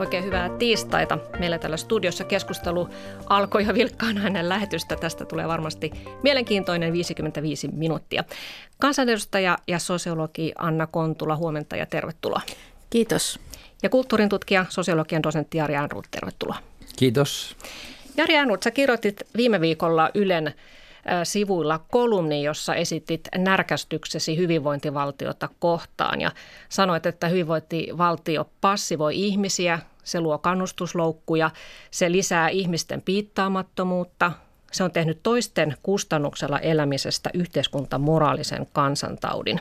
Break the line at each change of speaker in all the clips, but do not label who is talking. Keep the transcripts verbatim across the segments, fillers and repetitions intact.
Oikein hyvää tiistaita. Meillä täällä studiossa keskustelu alkoi jo vilkkaana ennen lähetystä. Tästä tulee varmasti mielenkiintoinen viisikymmentäviisi minuuttia. Kansanedustaja ja sosiologi Anna Kontula, huomenta ja tervetuloa.
Kiitos.
Ja kulttuurin tutkija, sosiologian dosentti Jari Ehrnrooth, tervetuloa.
Kiitos.
Jari Ehrnrooth, sä kirjoitit viime viikolla Ylen sivuilla kolumni, jossa esitit närkästyksesi hyvinvointivaltiota kohtaan ja sanoit, että hyvinvointivaltio passivoi ihmisiä, se luo kannustusloukkuja, se lisää ihmisten piittaamattomuutta, se on tehnyt toisten kustannuksella elämisestä yhteiskuntamoraalisen kansantaudin.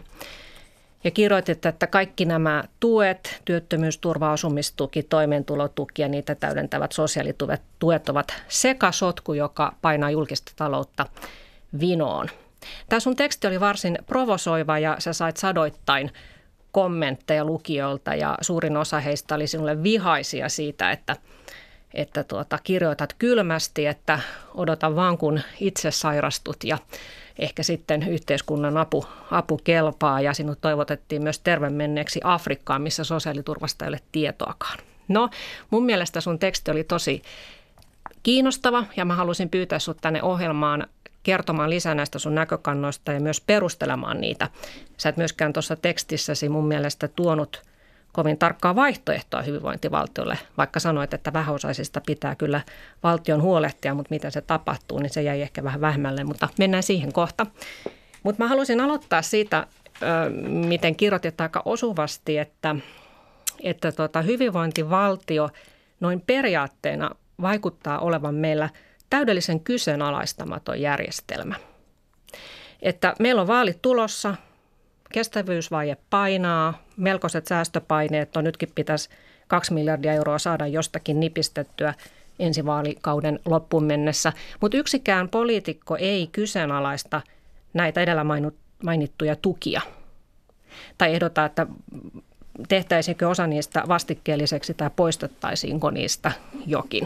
Ja kirjoitit, että kaikki nämä tuet, työttömyysturva, asumistuki, toimeentulotuki ja niitä täydentävät sosiaalituet tuet ovat sekasotku, joka painaa julkista taloutta vinoon. Tämä sun teksti oli varsin provosoiva ja sä sait sadoittain kommentteja lukijoilta ja suurin osa heistä oli sinulle vihaisia siitä, että, että tuota, kirjoitat kylmästi, että odota vaan kun itse sairastut ja ehkä sitten yhteiskunnan apu, apu kelpaa ja sinut toivotettiin myös tervemenneeksi Afrikkaan, missä sosiaaliturvasta ei ole tietoakaan. No, mun mielestä sun teksti oli tosi kiinnostava ja mä halusin pyytää sut tänne ohjelmaan kertomaan lisää näistä sun näkökannoista ja myös perustelemaan niitä. Sä et myöskään tuossa tekstissäsi mun mielestä tuonut kovin tarkkaa vaihtoehtoa hyvinvointivaltiolle, vaikka sanoit, että vähäosaisista pitää kyllä valtion huolehtia, mutta miten se tapahtuu, niin se jäi ehkä vähän vähemmälle, mutta mennään siihen kohta. Mutta mä halusin aloittaa siitä, miten kirjoitit aika osuvasti, että, että tota, hyvinvointivaltio noin periaatteena vaikuttaa olevan meillä täydellisen kyseenalaistamaton järjestelmä. Että meillä on vaalit tulossa, kestävyysvaje painaa, melkoiset säästöpaineet on, nytkin pitäisi kaksi miljardia euroa saada jostakin nipistettyä ensi vaalikauden loppuun mennessä. Mutta yksikään poliitikko ei kyseenalaista näitä edellä mainittuja tukia. Tai ehdota, että tehtäisikö osa niistä vastikkeelliseksi tai poistettaisiinko niistä jokin.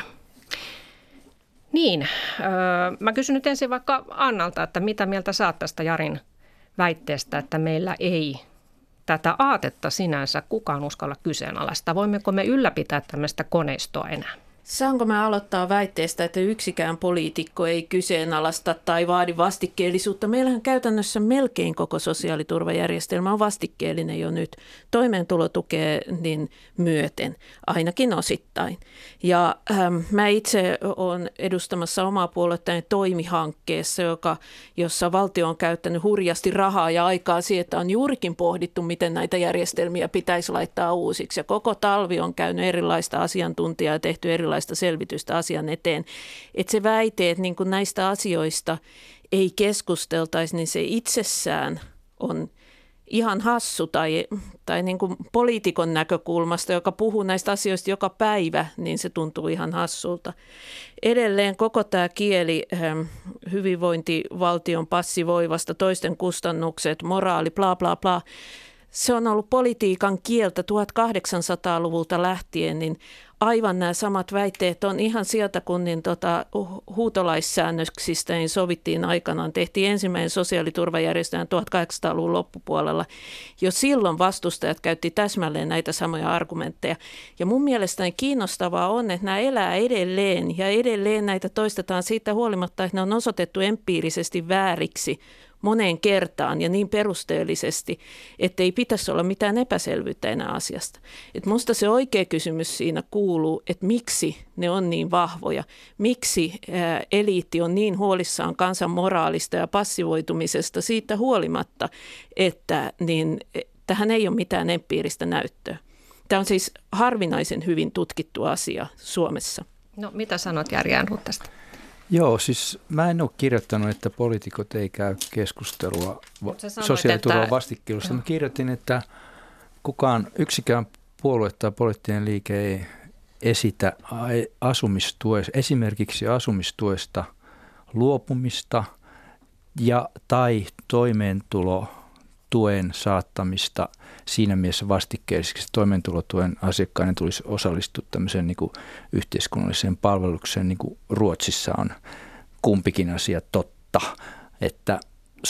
Niin, öö, mä kysyn nyt ensin vaikka Annalta, että mitä mieltä saat tästä Jarin väitteestä, että meillä ei tätä aatetta sinänsä kukaan uskalla kyseenalaista. Voimmeko me ylläpitää tämmöistä koneistoa enää?
Saanko mä aloittaa väitteestä, että yksikään poliitikko ei kyseenalaista tai vaadi vastikkeellisuutta? Meillähän käytännössä melkein koko sosiaaliturvajärjestelmä on vastikkeellinen jo nyt. Toimeentulotukea niin myöten, ainakin osittain. Ja ähm, mä itse olen edustamassa omaa puoluettani Toimi-hankkeessa, joka, jossa valtio on käyttänyt hurjasti rahaa ja aikaa siihen, että on juurikin pohdittu, miten näitä järjestelmiä pitäisi laittaa uusiksi. Ja koko talvi on käynyt erilaista asiantuntijaa ja tehty erilaista selvitystä asian eteen. Että se väite, että niin kuin näistä asioista ei keskusteltaisi, niin se itsessään on ihan hassu tai, tai niin kuin poliitikon näkökulmasta, joka puhuu näistä asioista joka päivä, niin se tuntuu ihan hassulta. Edelleen koko tämä kieli hyvinvointivaltion passivoivasta, toisten kustannukset, moraali, bla bla bla, se on ollut politiikan kieltä tuhatkahdeksansataaluvulta lähtien, niin aivan nämä samat väitteet on ihan sieltä, kun niin tota, huutolaissäännöksistä niin sovittiin aikanaan. Tehtiin ensimmäinen sosiaaliturvajärjestelmä tuhatkahdeksansataaluvun loppupuolella. Jo silloin vastustajat käytti täsmälleen näitä samoja argumentteja. Ja mun mielestäni kiinnostavaa on, että nämä elää edelleen ja edelleen näitä toistetaan siitä huolimatta, että ne on osoitettu empiirisesti vääriksi moneen kertaan ja niin perusteellisesti, että ei pitäisi olla mitään epäselvyyttä enää asiasta. Et musta se oikea kysymys siinä kuuluu, että miksi ne on niin vahvoja, miksi ää, eliitti on niin huolissaan kansan moraalista ja passivoitumisesta siitä huolimatta, että niin, tähän ei ole mitään empiiristä näyttöä. Tämä on siis harvinaisen hyvin tutkittu asia Suomessa.
No mitä sanot Jari Ehrnrooth tästä?
Joo, siis mä en ole kirjoittanut, että poliitikot ei käy keskustelua sosiaaliturvan vastikkelusta. Mä kirjoitin, että kukaan, yksikään puolue tai poliittinen liike ei esitä asumistuesta, esimerkiksi asumistuesta luopumista ja tai toimeentulotuen saattamista siinä mielessä vastikkeelliseksi. Toimeentulotuen asiakkaiden tulisi osallistua tämmöiseen niin kuin yhteiskunnalliseen palvelukseen, niin kuin Ruotsissa on kumpikin asia totta, että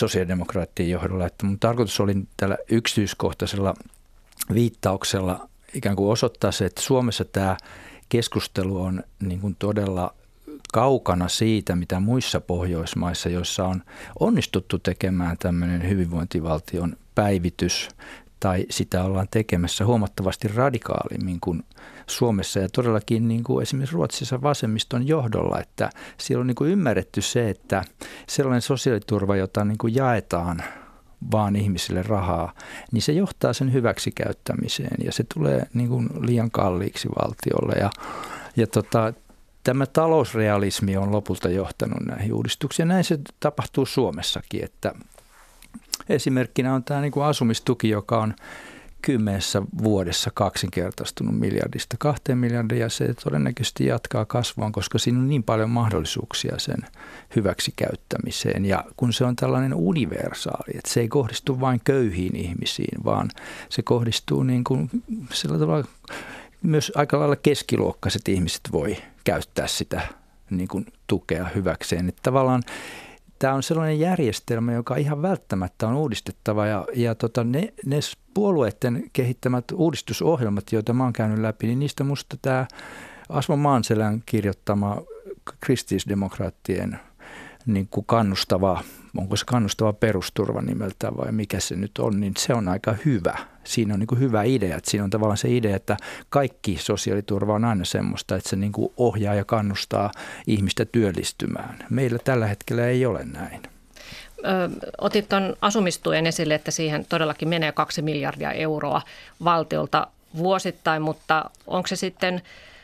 sosiaalidemokraattien johdolla. Että mun tarkoitus oli tällä yksityiskohtaisella viittauksella ikään kuin osoittaa se, että Suomessa tämä keskustelu on niin kuin todella kaukana siitä, mitä muissa Pohjoismaissa, joissa on onnistuttu tekemään tämmöinen hyvinvointivaltion päivitys, tai sitä ollaan tekemässä huomattavasti radikaalimmin kuin Suomessa ja todellakin niin kuin esimerkiksi Ruotsissa vasemmiston johdolla, että siellä on niin kuin ymmärretty se, että sellainen sosiaaliturva, jota niin kuin jaetaan vaan ihmisille rahaa, niin se johtaa sen hyväksikäyttämiseen ja se tulee niin kuin liian kalliiksi valtiolle ja, ja tota, tämä talousrealismi on lopulta johtanut näihin uudistuksiin. Näin se tapahtuu Suomessakin, että esimerkkinä on tämä niin kuin asumistuki, joka on kymmenessä vuodessa kaksinkertaistunut miljardista kahteen miljardia ja se todennäköisesti jatkaa kasvuaan, koska siinä on niin paljon mahdollisuuksia sen hyväksikäyttämiseen. Ja kun se on tällainen universaali, että se ei kohdistu vain köyhiin ihmisiin, vaan se kohdistuu niin kuin sillä tavalla myös aika lailla keskiluokkaiset ihmiset voi käyttää sitä niin kuin tukea hyväkseen. Että tavallaan tämä on sellainen järjestelmä, joka ihan välttämättä on uudistettava ja, ja tota, ne, ne puolueiden kehittämät uudistusohjelmat, joita mä oon käynyt läpi, niin niistä musta tämä Asmo Maanselän kirjoittama kristillisdemokraattien niin kuin kannustava, onko se kannustava perusturva nimeltään vai mikä se nyt on, niin se on aika hyvä. Siinä on niin kuin hyvä idea, että siinä on tavallaan se idea, että kaikki sosiaaliturva on aina semmoista, että se niin kuin ohjaa ja kannustaa ihmistä työllistymään. Meillä tällä hetkellä ei ole näin.
Ö, otit tuon asumistuen esille, että siihen todellakin menee kaksi miljardia euroa valtiolta vuosittain, mutta onko se sitten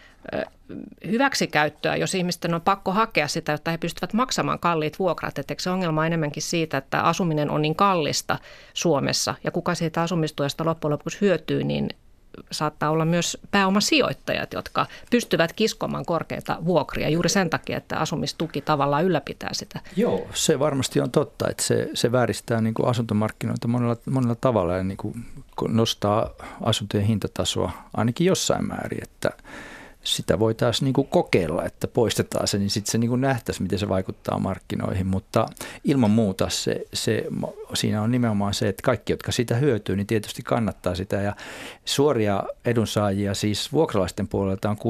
hyväksikäyttöä, jos ihmisten on pakko hakea sitä, jotta he pystyvät maksamaan kalliit vuokrat. Et eikö se ongelma enemmänkin siitä, että asuminen on niin kallista Suomessa ja kuka siitä asumistuesta loppujen lopuksi hyötyy, niin saattaa olla myös pääomasijoittajat, jotka pystyvät kiskomaan korkeita vuokria juuri sen takia, että asumistuki tavallaan ylläpitää sitä.
Joo, se varmasti on totta, että se, se vääristää niin kuin asuntomarkkinoita monella, monella tavalla ja niin kuin nostaa asuntojen hintatasoa ainakin jossain määrin, että sitä voitaisiin niin kuin kokeilla, että poistetaan se, niin sitten se niin kuin nähtäisiin, miten se vaikuttaa markkinoihin, mutta ilman muuta se, se, siinä on nimenomaan se, että kaikki, jotka sitä hyötyy, niin tietysti kannattaa sitä ja suoria edunsaajia, siis vuokralaisten puolelta on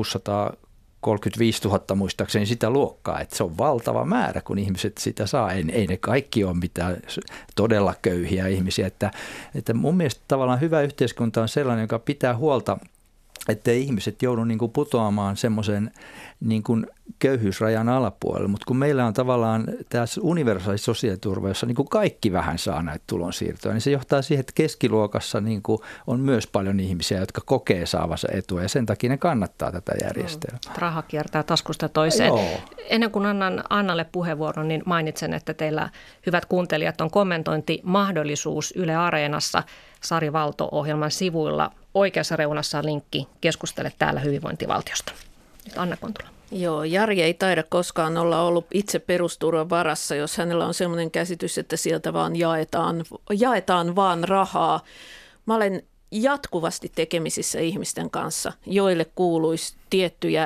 kuusisataakolmekymmentäviisituhatta muistaakseni sitä luokkaa, että se on valtava määrä, kun ihmiset sitä saa. Ei, ei ne kaikki ole mitään todella köyhiä ihmisiä, että, että mun mielestä tavallaan hyvä yhteiskunta on sellainen, joka pitää huolta, ettei ihmiset joudu niin kuin putoamaan semmoisen niin kuin köyhyysrajan alapuolelle, mutta kun meillä on tavallaan tässä universaali sosiaaliturva, jossa niin kuin kaikki vähän saa näitä tulonsiirtoja, niin se johtaa siihen, että keskiluokassa niin kuin on myös paljon ihmisiä, jotka kokee saavansa etua ja sen takia ne kannattaa tätä järjestelmää.
Raha kiertää taskusta toiseen. Joo. Ennen kuin annan Annalle puheenvuoron, niin mainitsen, että teillä hyvät kuuntelijat on kommentointimahdollisuus Yle Areenassa Sari Valto-ohjelman sivuilla. Oikeassa reunassa on linkki Keskustele täällä hyvinvointivaltiosta. Nyt Anna Kontula.
Joo, Jari ei taida koskaan olla ollut itse perusturvan varassa, jos hänellä on sellainen käsitys, että sieltä vaan jaetaan, jaetaan vaan rahaa. Mä olen jatkuvasti tekemisissä ihmisten kanssa, joille kuuluisi tiettyjä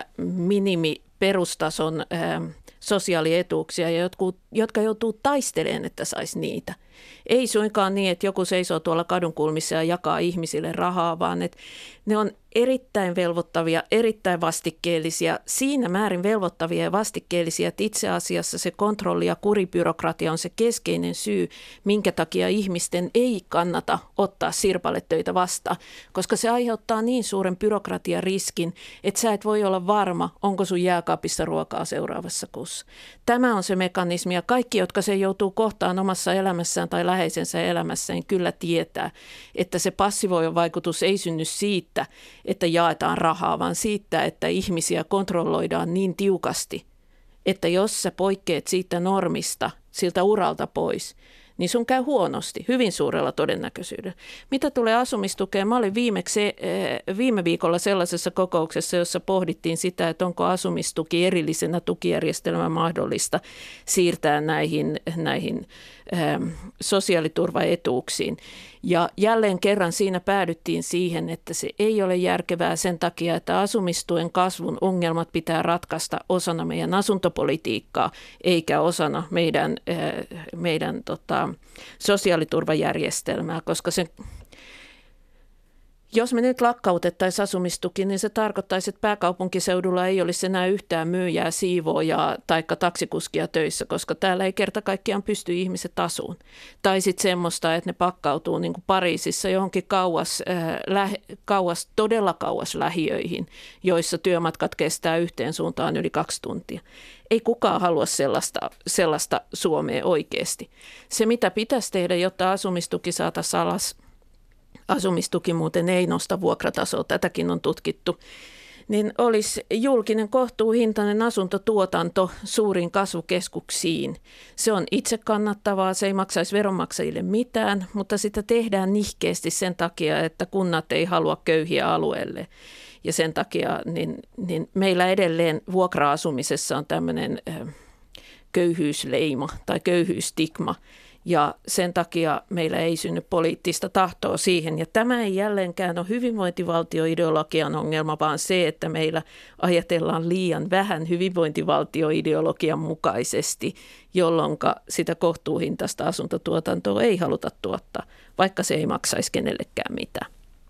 minimiperustason äh, sosiaalietuuksia ja jotkut, jotka joutuu taistelemaan, että saisi niitä. Ei suinkaan niin, että joku seisoo tuolla kadunkulmissa ja jakaa ihmisille rahaa, vaan että ne on erittäin velvoittavia, erittäin vastikkeellisia, siinä määrin velvoittavia ja vastikkeellisia, että itse asiassa se kontrolli- ja kuribyrokratia on se keskeinen syy, minkä takia ihmisten ei kannata ottaa sirpaletöitä vastaan, koska se aiheuttaa niin suuren byrokratian riskin, että sä et voi olla varma, onko sun jääkaapissa ruokaa seuraavassa kuussa. Tämä on se mekanismi ja kaikki, jotka se joutuu kohtaan omassa elämässään tai läheisensä elämässään, kyllä tietää, että se passivoiva vaikutus ei synny siitä, että jaetaan rahaa, vaan siitä, että ihmisiä kontrolloidaan niin tiukasti, että jos sä poikkeat siitä normista, siltä uralta pois, niin sun käy huonosti, hyvin suurella todennäköisyydellä. Mitä tulee asumistukeen? Mä olin viimeksi, viime viikolla sellaisessa kokouksessa, jossa pohdittiin sitä, että onko asumistuki erillisenä tukijärjestelmän mahdollista siirtää näihin, näihin sosiaaliturvaetuuksiin. Ja jälleen kerran siinä päädyttiin siihen, että se ei ole järkevää sen takia, että asumistuen kasvun ongelmat pitää ratkaista osana meidän asuntopolitiikkaa, eikä osana meidän, meidän tota, sosiaaliturvajärjestelmää, koska se Jos me nyt lakkautettaisiin asumistuki, niin se tarkoittaisi, että pääkaupunkiseudulla ei olisi enää yhtään myyjää, siivoojaa tai taksikuskia töissä, koska täällä ei kerta kaikkiaan pysty ihmiset asuun. Tai sitten semmoista, että ne pakkautuu niin kuin Pariisissa johonkin kauas, äh, lähe, kauas, todella kauas lähiöihin, joissa työmatkat kestää yhteen suuntaan yli kaksi tuntia. Ei kukaan halua sellaista, sellaista Suomea oikeasti. Se, mitä pitäisi tehdä, jotta asumistuki saataisiin alas, asumistuki muuten ei nosta vuokratasoa, tätäkin on tutkittu, niin olisi julkinen kohtuuhintainen asuntotuotanto suuriin kasvukeskuksiin. Se on itse kannattavaa, se ei maksaisi veronmaksajille mitään, mutta sitä tehdään nihkeästi sen takia, että kunnat ei halua köyhiä alueelle. Ja sen takia niin, niin meillä edelleen vuokra-asumisessa on tämmöinen äh, köyhyysleima tai köyhyystigma. Ja sen takia meillä ei synny poliittista tahtoa siihen. Ja tämä ei jälleenkään ole hyvinvointivaltioideologian ongelma, vaan se, että meillä ajatellaan liian vähän hyvinvointivaltioideologian mukaisesti, jolloin sitä kohtuuhintaista asuntotuotantoa ei haluta tuottaa, vaikka se ei maksaisi kenellekään mitään.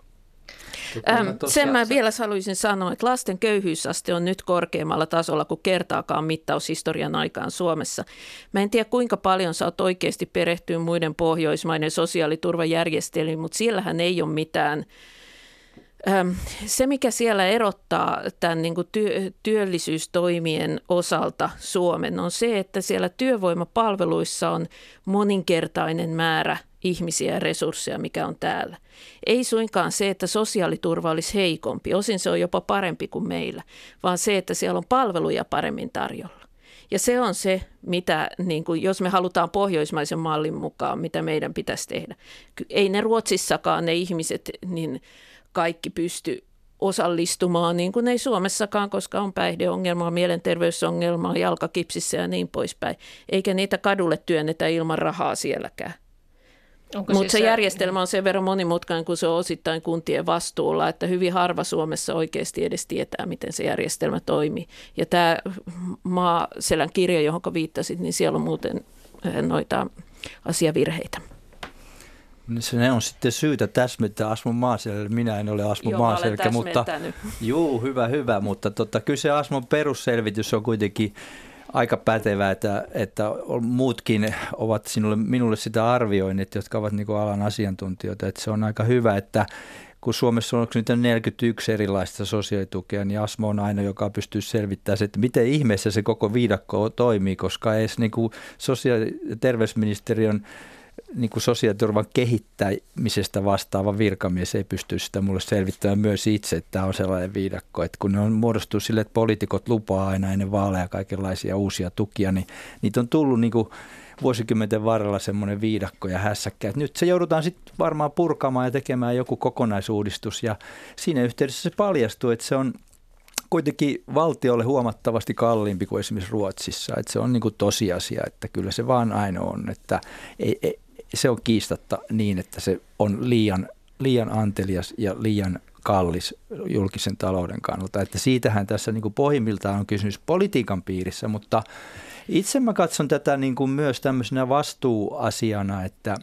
Ähm, sen mä vielä haluaisin sanoa, että lasten köyhyysaste on nyt korkeammalla tasolla kuin kertaakaan mittaushistorian aikaan Suomessa. Mä en tiedä, kuinka paljon sä oot oikeasti perehtynyt muiden pohjoismaiden sosiaaliturvajärjestelmiin, mutta siellähän ei ole mitään. Ähm, se, mikä siellä erottaa tämän niin kuin työ, työllisyystoimien osalta Suomen, on se, että siellä työvoimapalveluissa on moninkertainen määrä ihmisiä ja resursseja, mikä on täällä. Ei suinkaan se, että sosiaaliturva olisi heikompi, osin se on jopa parempi kuin meillä, vaan se, että siellä on palveluja paremmin tarjolla. Ja se on se, mitä, niin kuin, jos me halutaan pohjoismaisen mallin mukaan, mitä meidän pitäisi tehdä. Ei ne Ruotsissakaan ne ihmiset niin kaikki pysty osallistumaan, niin kuin ei Suomessakaan, koska on päihdeongelmaa, mielenterveysongelmaa, jalkakipsissä ja niin poispäin. Eikä niitä kadulle työnnetä ilman rahaa sielläkään. Mutta siis se järjestelmä on sen verran monimutkainen, kun se on osittain kuntien vastuulla, että hyvin harva Suomessa oikeasti edes tietää, miten se järjestelmä toimii. Ja tämä Maaselän kirja, johon viittasit, niin siellä on muuten noita asiavirheitä.
Se on sitten syytä täsmentää Asmo Maaselälle. Minä en ole Asmo Maaselkä, mutta juu, hyvä, hyvä, mutta tota, kyllä se Asmon perusselvitys on kuitenkin aika pätevää, että, että muutkin ovat sinulle, minulle sitä arvioineet, jotka ovat niin kuin alan asiantuntijoita. Että se on aika hyvä, että kun Suomessa on nyt neljäkymmentäyksi erilaista sosiaalitukea, niin Asmo on aina, joka pystyy selvittämään, että miten ihmeessä se koko viidakko toimii, koska edes niin kuin sosiaali- ja terveysministeriön niin kuin sosiaaliturvan kehittämisestä vastaava virkamies ei pysty sitä mulle selvittämään myös itse, että tämä on sellainen viidakko, että kun ne on muodostunut sille, että poliitikot lupaa aina ennen vaaleja kaikenlaisia uusia tukia, niin niitä on tullut niin kuin vuosikymmenten varrella semmoinen viidakko ja hässäkkä. Että nyt se joudutaan sitten varmaan purkamaan ja tekemään joku kokonaisuudistus ja siinä yhteydessä se paljastuu, että se on kuitenkin valtiolle huomattavasti kalliimpi kuin esimerkiksi Ruotsissa. Että se on niin kuin tosiasia, että kyllä se vaan aina on, että ei, ei, se on kiistatta niin, että se on liian, liian antelias ja liian kallis julkisen talouden kannalta. Että siitähän tässä niin kuin pohjimmiltaan on kysymys politiikan piirissä, mutta itse mä katson tätä niin kuin myös tämmöisenä vastuuasiana, että,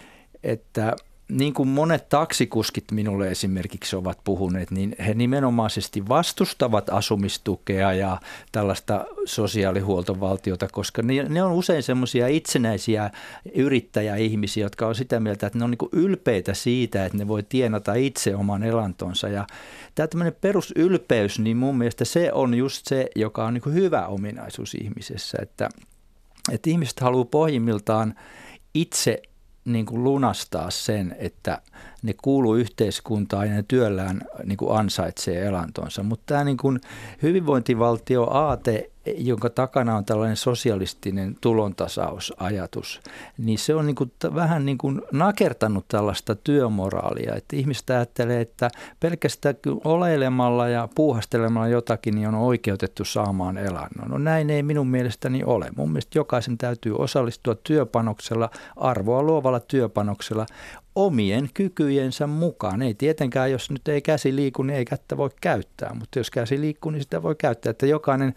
että niin kuin monet taksikuskit minulle esimerkiksi ovat puhuneet, niin he nimenomaisesti vastustavat asumistukea ja tällaista sosiaalihuoltovaltiota, koska ne on usein semmoisia itsenäisiä yrittäjäihmisiä, jotka on sitä mieltä, että ne on niin kuin ylpeitä siitä, että ne voi tienata itse oman elantonsa. Ja tämä tämmöinen perusylpeys, niin mun mielestä se on just se, joka on niin kuin hyvä ominaisuus ihmisessä, että, että ihmiset haluaa pohjimmiltaan itse niin kuin lunastaa sen, että ne kuuluu yhteiskuntaan ja ne työllään niin kuin ansaitsee elantonsa. Mutta tämä niin kuin hyvinvointivaltio-aate, jonka takana on tällainen sosialistinen tulontasausajatus, niin se on niin kuin vähän niin kuin nakertanut tällaista työmoraalia. Että ihmiset ajattelee, että pelkästään oleilemalla ja puuhastelemalla jotakin niin on oikeutettu saamaan elannon. No näin ei minun mielestäni ole. Mun mielestä jokaisen täytyy osallistua työpanoksella, arvoa luovalla työpanoksella, omien kykyjensä mukaan. Ei tietenkään, jos nyt ei käsi liiku, niin ei kättä voi käyttää, mutta jos käsi liikkuu, niin sitä voi käyttää. Että jokainen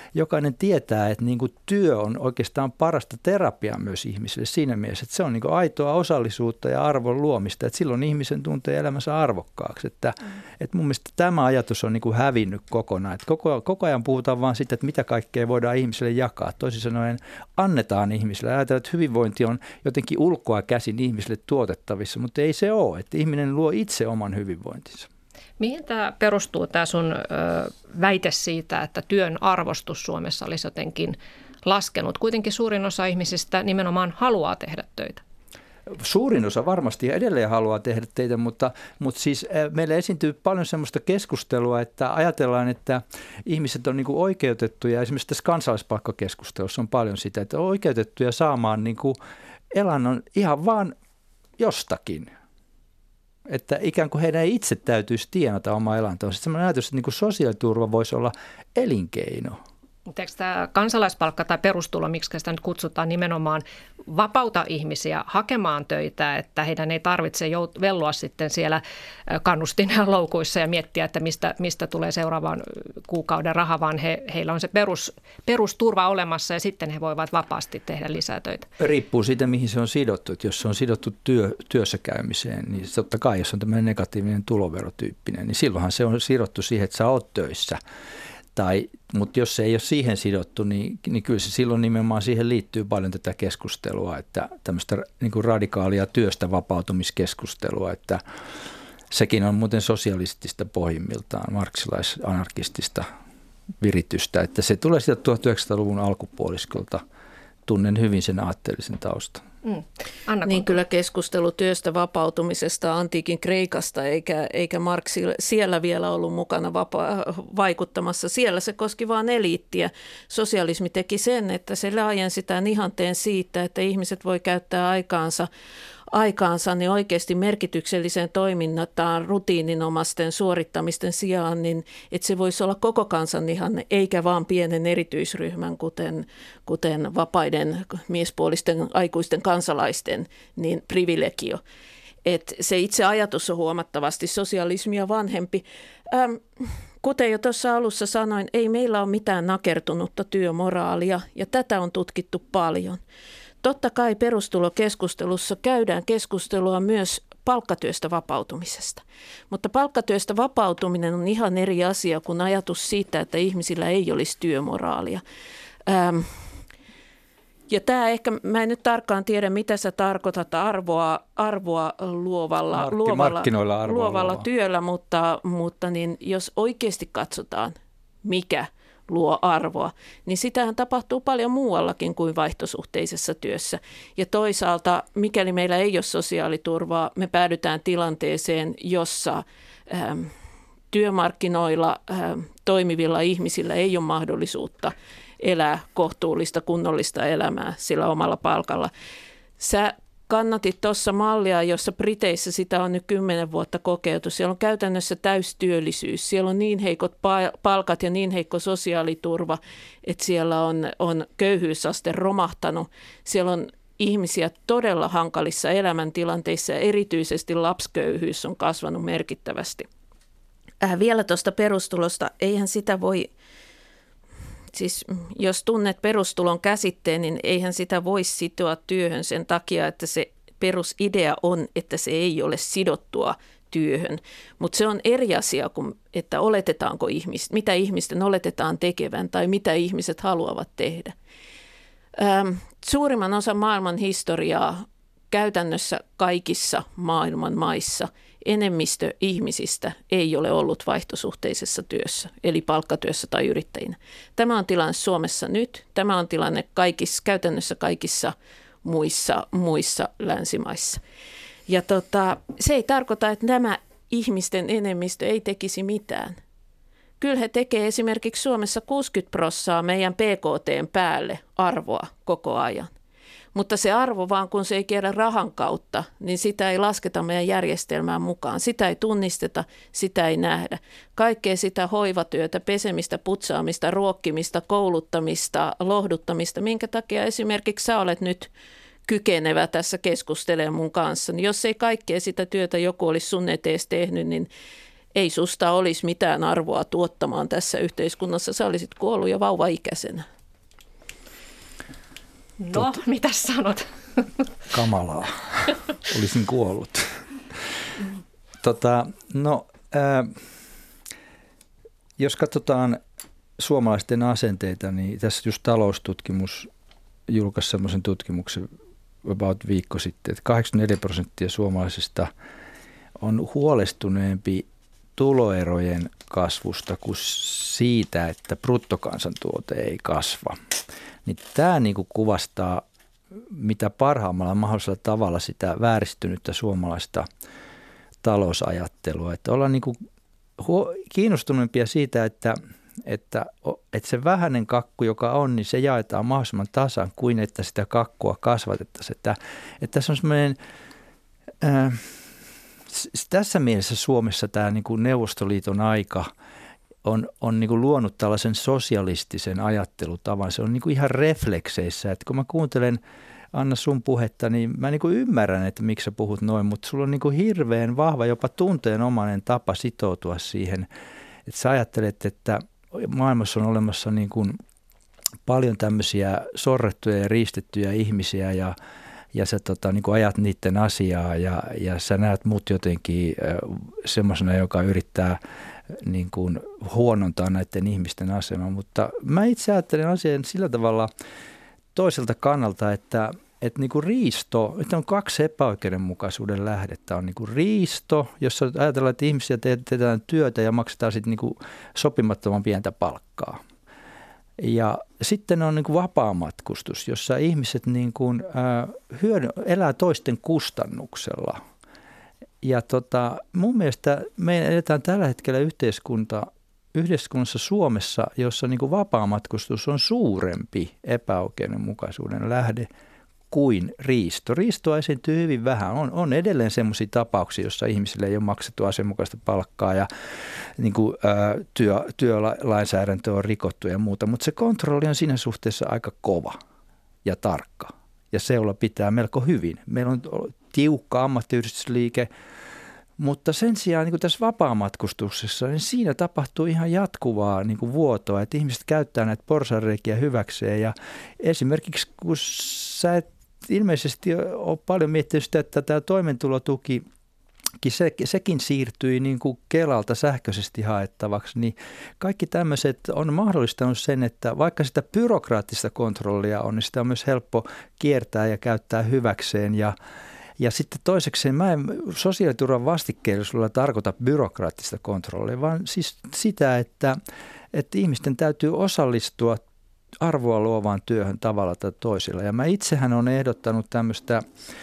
jokainen tietää, että niin kuin työ on oikeastaan parasta terapiaa myös ihmisille siinä mielessä, että se on niin kuin aitoa osallisuutta ja arvon luomista, että silloin ihmisen tuntee elämänsä arvokkaaksi. Että, mm. että mun mielestä tämä ajatus on niin kuin hävinnyt kokonaan. Että koko, koko ajan puhutaan vaan siitä, että mitä kaikkea voidaan ihmisille jakaa. Toisin sanoen annetaan ihmisille. Ajatellaan, että hyvinvointi on jotenkin ulkoa käsin ihmisille tuotettavissa, mutta ei se ole, että ihminen luo itse oman hyvinvointinsa.
Mihin tämä perustuu, tämä sun ö, väite siitä, että työn arvostus Suomessa olisi jotenkin laskenut? Kuitenkin suurin osa ihmisistä nimenomaan haluaa tehdä töitä.
Suurin osa varmasti edelleen haluaa tehdä teitä, mutta, mutta siis meillä esiintyy paljon sellaista keskustelua, että ajatellaan, että ihmiset on niin kuin oikeutettuja, esimerkiksi tässä kansalaispalkkakeskustelussa on paljon sitä, että on oikeutettuja saamaan niin kuin elannon ihan vaan jostakin. Että ikään kuin heidän ei itse täytyisi tienata omaa elantoa. Sitten sellainen ajatus, että niin kuin sosiaaliturva voisi olla elinkeino.
Mutta eikö tämä kansalaispalkka tai perustulo, miksi sitä nyt kutsutaan, nimenomaan vapauta ihmisiä hakemaan töitä, että heidän ei tarvitse jout- velloa sitten siellä kannustinloukuissa ja miettiä, että mistä, mistä tulee seuraavan kuukauden raha, vaan he, heillä on se perus, perusturva olemassa ja sitten he voivat vapaasti tehdä lisää töitä.
Riippuu siitä, mihin se on sidottu. Että jos se on sidottu työ, työssä käymiseen, niin totta kai, jos on tämmöinen negatiivinen tuloverotyyppinen, niin silloinhan se on sidottu siihen, että sä oot töissä. Tai, mutta jos se ei ole siihen sidottu, niin, niin kyllä se silloin nimenomaan siihen liittyy paljon tätä keskustelua, että tämmöistä niin kuin radikaalia työstä vapautumiskeskustelua, että sekin on muuten sosialistista pohjimmiltaan, marksilais-anarkistista viritystä, että se tulee sieltä tuhatyhdeksänsataaluvun alkupuoliskolta. Tunnen hyvin sen aatteellisen taustan.
Mm. Anna, niin kyllä keskustelu työstä vapautumisesta antiikin Kreikasta, eikä, eikä Marx siellä vielä ollut mukana vapa- vaikuttamassa. Siellä se koski vain eliittiä. Sosialismi teki sen, että se laajensi tämän ihanteen siitä, että ihmiset voi käyttää aikaansa aikaansa niin oikeasti merkitykselliseen toimintaan rutiininomaisten suorittamisten sijaan, niin että se voisi olla koko kansan ihanne, eikä vaan pienen erityisryhmän, kuten, kuten vapaiden miespuolisten aikuisten kansalaisten, niin privilegio. Et se itse ajatus on huomattavasti sosialismia vanhempi. Ähm, kuten jo tuossa alussa sanoin, ei meillä ole mitään nakertunutta työmoraalia, ja tätä on tutkittu paljon. Totta kai perustulokeskustelussa käydään keskustelua myös palkkatyöstä vapautumisesta, mutta palkkatyöstä vapautuminen on ihan eri asia kuin ajatus siitä, että ihmisillä ei olisi työmoraalia. Ähm, ja tämä ehkä, mä en nyt tarkkaan tiedä, mitä sä tarkoitat arvoa, arvoa luovalla,
Markki,
luovalla,
arvoa
luovalla
luova.
työllä, mutta, mutta niin jos oikeasti katsotaan, mikä luo arvoa, niin sitähän tapahtuu paljon muuallakin kuin vaihtosuhteisessa työssä. Ja toisaalta, mikäli meillä ei ole sosiaaliturvaa, me päädytään tilanteeseen, jossa ähm, työmarkkinoilla ähm, toimivilla ihmisillä ei ole mahdollisuutta elää kohtuullista, kunnollista elämää sillä omalla palkalla. Sä kannatit tuossa mallia, jossa Briteissä sitä on nyt kymmenen vuotta kokeiltu. Siellä on käytännössä täystyöllisyys. Siellä on niin heikot palkat ja niin heikko sosiaaliturva, että siellä on, on köyhyysaste romahtanut. Siellä on ihmisiä todella hankalissa elämäntilanteissa ja erityisesti lapsiköyhyys on kasvanut merkittävästi. Äh, vielä tuosta perustulosta, eihän sitä voi... Siis jos tunnet perustulon käsitteen, niin eihän sitä voi sitoa työhön sen takia, että se perusidea on, että se ei ole sidottua työhön. Mutta se on eri asia kuin, että oletetaanko ihmis, mitä ihmisten oletetaan tekevän tai mitä ihmiset haluavat tehdä. Ähm, suurimman osan maailman historiaa käytännössä kaikissa maailman maissa enemmistö ihmisistä ei ole ollut vaihtosuhteisessa työssä, eli palkkatyössä tai yrittäjinä. Tämä on tilanne Suomessa nyt. Tämä on tilanne kaikissa, käytännössä kaikissa muissa, muissa länsimaissa. Ja tota, se ei tarkoita, että nämä ihmisten enemmistö ei tekisi mitään. Kyllä he tekee esimerkiksi Suomessa kuusikymmentä prosenttia meidän P K T:n päälle arvoa koko ajan. Mutta se arvo vaan, kun se ei kierrä rahan kautta, niin sitä ei lasketa meidän järjestelmään mukaan. Sitä ei tunnisteta, sitä ei nähdä. Kaikkea sitä hoivatyötä, pesemistä, putsaamista, ruokkimista, kouluttamista, lohduttamista, minkä takia esimerkiksi sä olet nyt kykenevä tässä keskustelemaan mun kanssa. Niin jos ei kaikkea sitä työtä joku olisi sun etees tehnyt, niin ei susta olisi mitään arvoa tuottamaan tässä yhteiskunnassa, sä olisit kuollut jo vauvaikäisenä.
No, Tot... mitä sanot?
Kamalaa. Olisin kuollut. Tota, no, ää, jos katsotaan suomalaisten asenteita, niin tässä just Taloustutkimus julkaisi semmoisen tutkimuksen about viikko sitten, että kahdeksankymmentäneljä prosenttia suomalaisista on huolestuneempi tuloerojen kasvusta kuin siitä, että bruttokansantuote ei kasva. Niin tämä niin kuin kuvastaa mitä parhaimmalla mahdollisella tavalla sitä vääristynyttä suomalaista talousajattelua. Että ollaan niin kuin kiinnostuneempia siitä, että, että, että se vähäinen kakku, joka on, niin se jaetaan mahdollisimman tasan kuin että sitä kakkua kasvatettaisiin. Että, että tässä on semmoinen... Ää, Tässä mielessä Suomessa tämä niin kuin Neuvostoliiton aika on, on niin kuin luonut tällaisen sosialistisen ajattelutavan. Se on niin kuin ihan reflekseissä. Että kun mä kuuntelen, Anna, sun puhetta, niin mä niin kuin ymmärrän, että miksi sä puhut noin, mutta sulla on niin kuin hirveän vahva, jopa tunteenomainen tapa sitoutua siihen. Että sä ajattelet, että maailmassa on olemassa niin kuin paljon tämmöisiä sorrettuja ja riistettyjä ihmisiä ja Ja sä tota, niin kuin ajat niiden asiaa ja, ja sä näet mut jotenkin äh, semmoisena, joka yrittää niin kuin huonontaa näiden ihmisten asemaa. Mutta mä itse ajattelen asian sillä tavalla toiselta kannalta, että, että niin kuin riisto, että on kaksi epäoikeudenmukaisuuden lähdettä. On niin kuin riisto, jossa ajatellaan, että ihmisiä tehdään työtä ja maksetaan sitten niin kuin sopimattoman pientä palkkaa. Ja sitten on niin kuin vapaamatkustus, jossa ihmiset niin kuin, äh, hyödy- elää toisten kustannuksella. Ja tota, mun mielestä me eletään tällä hetkellä yhteiskunta, yhteiskunnassa Suomessa, jossa niin kuin vapaamatkustus on suurempi epäoikeudenmukaisuuden lähde kuin riisto. Riistoa esiintyy hyvin vähän. On, on edelleen sellaisia tapauksia, joissa ihmisille ei ole maksettu asianmukaista palkkaa ja niin kuin, ää, työ, työlainsäädäntö on rikottu ja muuta, mutta se kontrolli on siinä suhteessa aika kova ja tarkka ja seula pitää melko hyvin. Meillä on tiukka ammattiyhdistysliike, mutta sen sijaan niin kuin tässä vapaamatkustuksessa, niin siinä tapahtuu ihan jatkuvaa niin kuin vuotoa, että ihmiset käyttää näitä porsaanreikiä hyväkseen ja esimerkiksi kun sä et ilmeisesti ole paljon miettinyt sitä, että tämä toimeentulotuki, se, sekin siirtyi niin kuin Kelalta sähköisesti haettavaksi, niin kaikki tämmöiset on mahdollistanut sen, että vaikka sitä byrokraattista kontrollia on, niin sitä on myös helppo kiertää ja käyttää hyväkseen ja Ja sitten toisekseen mä en sosiaaliturvan vastikkeellisuudella tarkoita byrokraattista kontrollia, vaan siis sitä, että, että ihmisten täytyy osallistua arvoa luovaan työhön tavalla tai toisella. Ja mä itsehän olen ehdottanut tämmöistä,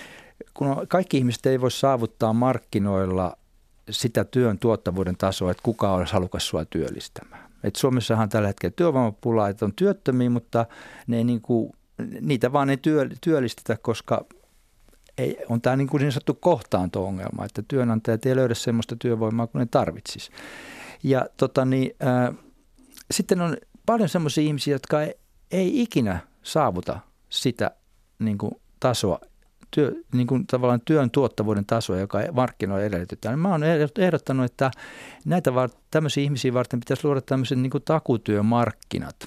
kun kaikki ihmiset ei voi saavuttaa markkinoilla sitä työn tuottavuuden tasoa, että kuka olisi halukas sua työllistämään. Et Suomessahan on tällä hetkellä työvoimapulaa, että on työttömiä, mutta ne ei niin kuin, niitä vaan ei työ, työllistetä, koska ei, on tämä niin kuin niin sanottu kohtaanto-ongelma, että työnantajat ei löydä sellaista työvoimaa kuin ne tarvitsisi. Ja tota niin, ää, sitten on paljon sellaisia ihmisiä, jotka ei, ei ikinä saavuta sitä niin kuin tasoa, työ, niin kuin tavallaan työn tuottavuuden tasoa, joka markkinoilla edellytetään. Mä oon ehdottanut, että näitä tämmöisiä ihmisiä varten pitäisi luoda tämmöiset niin kuin takutyömarkkinat,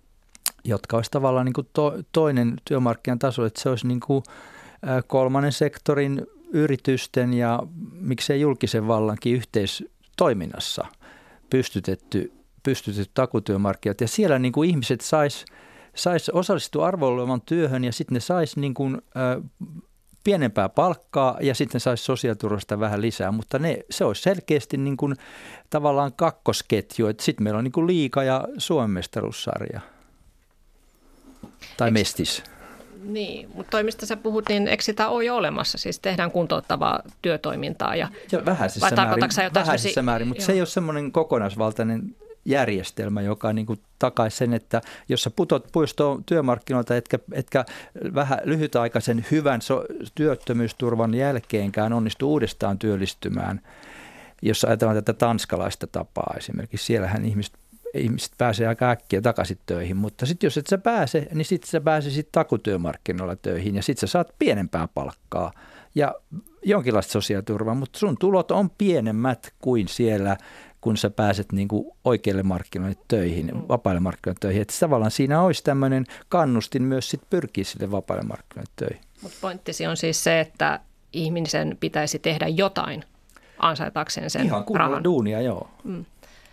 jotka olisi tavallaan niin kuin to, toinen työmarkkinan taso, että se olisi niin kuin kolmannen sektorin yritysten ja miksei julkisen vallankin yhteistoiminnassa pystytetty, pystytetty takutyömarkkinat. Ja siellä niin kuin ihmiset sais, sais osallistua arvonluovan työhön ja sitten ne sais niin kuin, ä, pienempää palkkaa ja sitten ne sais sosiaaliturvasta vähän lisää. Mutta ne, se olisi selkeästi niin kuin, tavallaan kakkosketju. Sitten meillä on niin kuin liiga ja Suomen mestaruussarja tai Eks... mestis.
Niin, mutta toi mistä sä puhut, niin eikö sitä ole jo olemassa? Siis tehdään kuntouttavaa työtoimintaa. Ja,
ja vähäisessä määrin, vähäisessä määrin mutta joo. Se ei ole semmoinen kokonaisvaltainen järjestelmä, joka niin kuin takaisi sen, että jos sä putot pois työmarkkinoilta, etkä, etkä vähän lyhytaikaisen hyvän so, työttömyysturvan jälkeenkään onnistu uudestaan työllistymään, jos ajatellaan tätä tanskalaista tapaa esimerkiksi, siellähän ihmiset Ihmiset pääsee aika äkkiä takaisin töihin, mutta sitten jos et sä pääse, niin sitten sä pääsisit takutyömarkkinoilla töihin ja sitten sä saat pienempää palkkaa ja jonkinlaista sosiaaliturvaa, mutta sun tulot on pienemmät kuin siellä, kun sä pääset niin kuin oikeille markkinoille töihin, mm. vapaille markkinoille töihin. Että tavallaan siinä olisi tämmöinen kannustin myös sit pyrkiä sille vapaille markkinoille töihin.
Mutta pointtisi on siis se, että ihmisen pitäisi tehdä jotain ansaitakseen sen
Ihan kunnolla
rahan.
Duunia, joo.
Mm.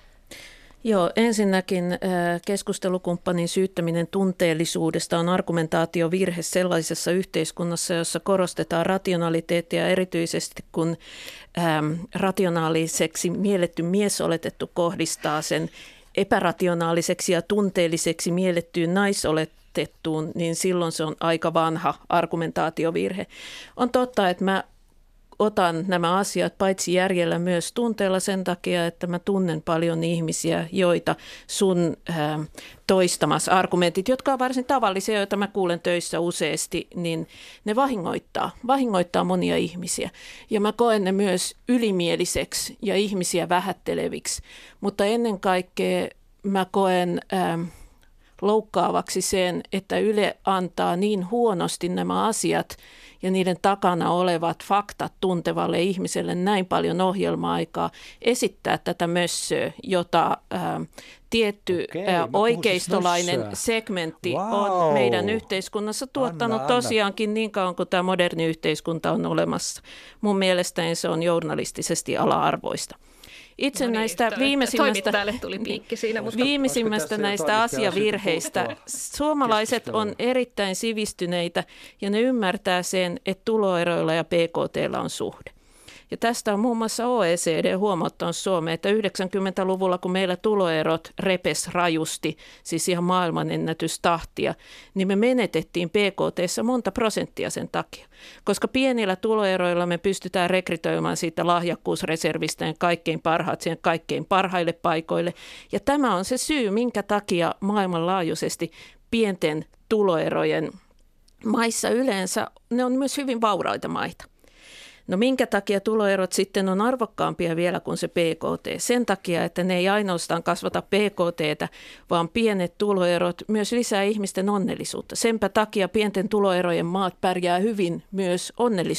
Joo, ensinnäkin keskustelukumppanin syyttäminen tunteellisuudesta on argumentaatiovirhe sellaisessa yhteiskunnassa, jossa korostetaan rationaliteettia erityisesti, kun ähm, rationaaliseksi mielletty miesoletettu kohdistaa sen epärationaaliseksi ja tunteelliseksi miellettyyn naisoletettuun, niin silloin se on aika vanha argumentaatiovirhe. On totta, että mä otan nämä asiat paitsi järjellä myös tunteella sen takia, että mä tunnen paljon ihmisiä, joita sun ää, toistamas argumentit, jotka on varsin tavallisia, joita mä kuulen töissä useasti, niin ne vahingoittaa, vahingoittaa monia ihmisiä. Ja mä koen ne myös ylimieliseksi ja ihmisiä vähätteleviksi, mutta ennen kaikkea mä koen ää, loukkaavaksi sen, että Yle antaa niin huonosti nämä asiat ja niiden takana olevat faktat tuntevalle ihmiselle näin paljon ohjelma-aikaa esittää tätä mössöä, jota ää, tietty
Okei,
ää, oikeistolainen
siis
segmentti
wow.
on meidän yhteiskunnassa tuottanut
anna,
tosiaankin niin kauan kuin tämä moderni yhteiskunta on olemassa. Mun mielestäni se on journalistisesti ala-arvoista. Itse no niin, näistä viimeisimmästä,
tuli piikki siinä, mutta
viimeisimmästä näistä asiavirheistä suomalaiset on erittäin sivistyneitä ja ne ymmärtää sen, että tuloeroilla ja P K T:llä on suhde. Ja tästä on muun muassa O E C D huomauttanut Suomeen, että yhdeksänkymmentäluvulla, kun meillä tuloerot repes rajusti, siis ihan maailmanennätystahtia, niin me menetettiin P K T:ssä monta prosenttia sen takia. Koska pienillä tuloeroilla me pystytään rekrytoimaan siitä lahjakkuusreservistä kaikkein parhaat siihen kaikkein parhaille paikoille. Ja tämä on se syy, minkä takia maailmanlaajuisesti pienten tuloerojen maissa yleensä, ne on myös hyvin vauraita maita. No minkä takia tuloerot sitten on arvokkaampia vielä kuin se P K T? Sen takia, että ne ei ainoastaan kasvata P K T:tä, vaan pienet tuloerot myös lisää ihmisten onnellisuutta. Senpä takia pienten tuloerojen maat pärjää hyvin myös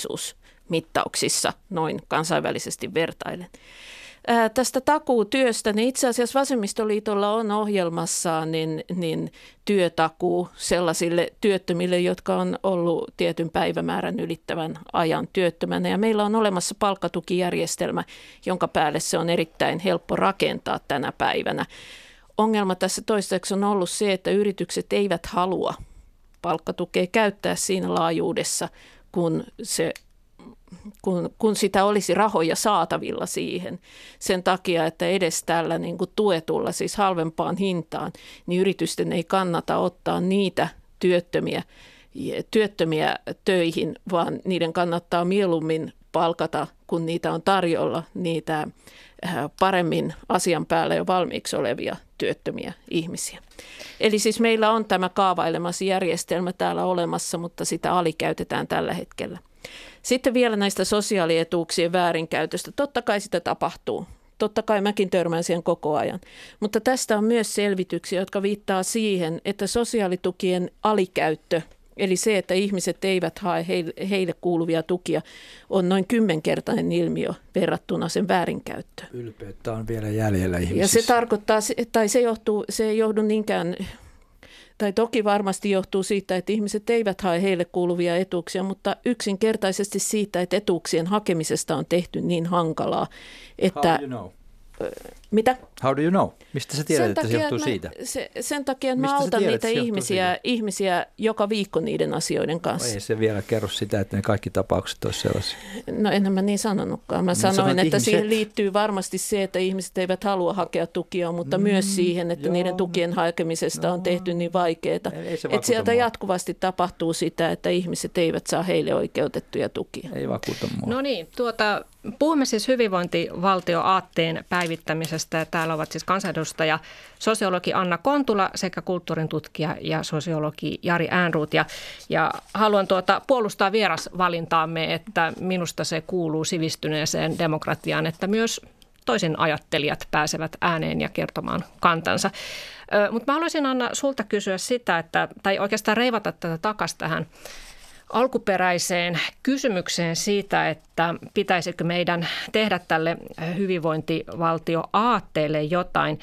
onnellisuusmittauksissa, noin kansainvälisesti vertaillen. Ää, tästä takuutyöstä, niin itse asiassa Vasemmistoliitolla on ohjelmassaan niin, niin työtakuu sellaisille työttömille, jotka on ollut tietyn päivämäärän ylittävän ajan työttömänä. Ja meillä on olemassa palkkatukijärjestelmä, jonka päälle se on erittäin helppo rakentaa tänä päivänä. Ongelma tässä toistaiseksi on ollut se, että yritykset eivät halua palkkatukea käyttää siinä laajuudessa, kun se Kun, kun sitä olisi rahoja saatavilla siihen sen takia, että edes tällä niin kuin tuetulla, siis halvempaan hintaan, niin yritysten ei kannata ottaa niitä työttömiä, työttömiä töihin, vaan niiden kannattaa mieluummin palkata, kun niitä on tarjolla, niitä paremmin asian päällä jo valmiiksi olevia työttömiä ihmisiä. Eli siis meillä on tämä kaavailemasi järjestelmä täällä olemassa, mutta sitä alikäytetään tällä hetkellä. Sitten vielä näistä sosiaalietuuksien väärinkäytöstä. Totta kai sitä tapahtuu. Totta kai mäkin törmään siihen koko ajan. Mutta tästä on myös selvityksiä, jotka viittaa siihen, että sosiaalitukien alikäyttö, eli se, että ihmiset eivät hae heille kuuluvia tukia, on noin kymmenkertainen ilmiö verrattuna sen väärinkäyttöön.
Ylpeyttä on vielä jäljellä ihmisissä.
Ja se tarkoittaa, tai se, johtuu, se ei johdu niinkään, tai toki varmasti johtuu siitä, että ihmiset eivät hae heille kuuluvia etuuksia, mutta yksinkertaisesti siitä, että etuuksien hakemisesta on tehty niin hankalaa, että...
How do you know?
Mitä?
How do you know? Mistä sä tiedät, sen että takia, se johtuu siitä?
Se, sen takia, että mä autan tiedät, niitä ihmisiä, ihmisiä joka viikko niiden asioiden kanssa.
No ei se vielä kerro sitä, että ne kaikki tapaukset olisi sellaisia.
No enhän mä niin sanonutkaan. Mä no, sanoin, sanot, että ihmiset... siihen liittyy varmasti se, että ihmiset eivät halua hakea tukia, mutta mm, myös siihen, että joo, niiden tukien hakemisesta no, on tehty niin vaikeaa. Että sieltä mua. jatkuvasti tapahtuu sitä, että ihmiset eivät saa heille oikeutettuja tukia.
Ei vakuuta mua.
No niin, tuota, puhumme siis hyvinvointivaltio-aatteen päivittämisestä. Täällä ovat siis kansanedustaja, sosiologi Anna Kontula sekä kulttuurin tutkija ja sosiologi Jari Ehrnrooth. Ja, ja haluan tuota puolustaa vierasvalintaamme, että minusta se kuuluu sivistyneeseen demokratiaan, että myös toisin ajattelijat pääsevät ääneen ja kertomaan kantansa. Mutta mä haluaisin, Anna, sulta kysyä sitä, että, tai oikeastaan reivata tätä takaisin tähän alkuperäiseen kysymykseen siitä, että pitäisikö meidän tehdä tälle hyvinvointivaltioaatteelle jotain.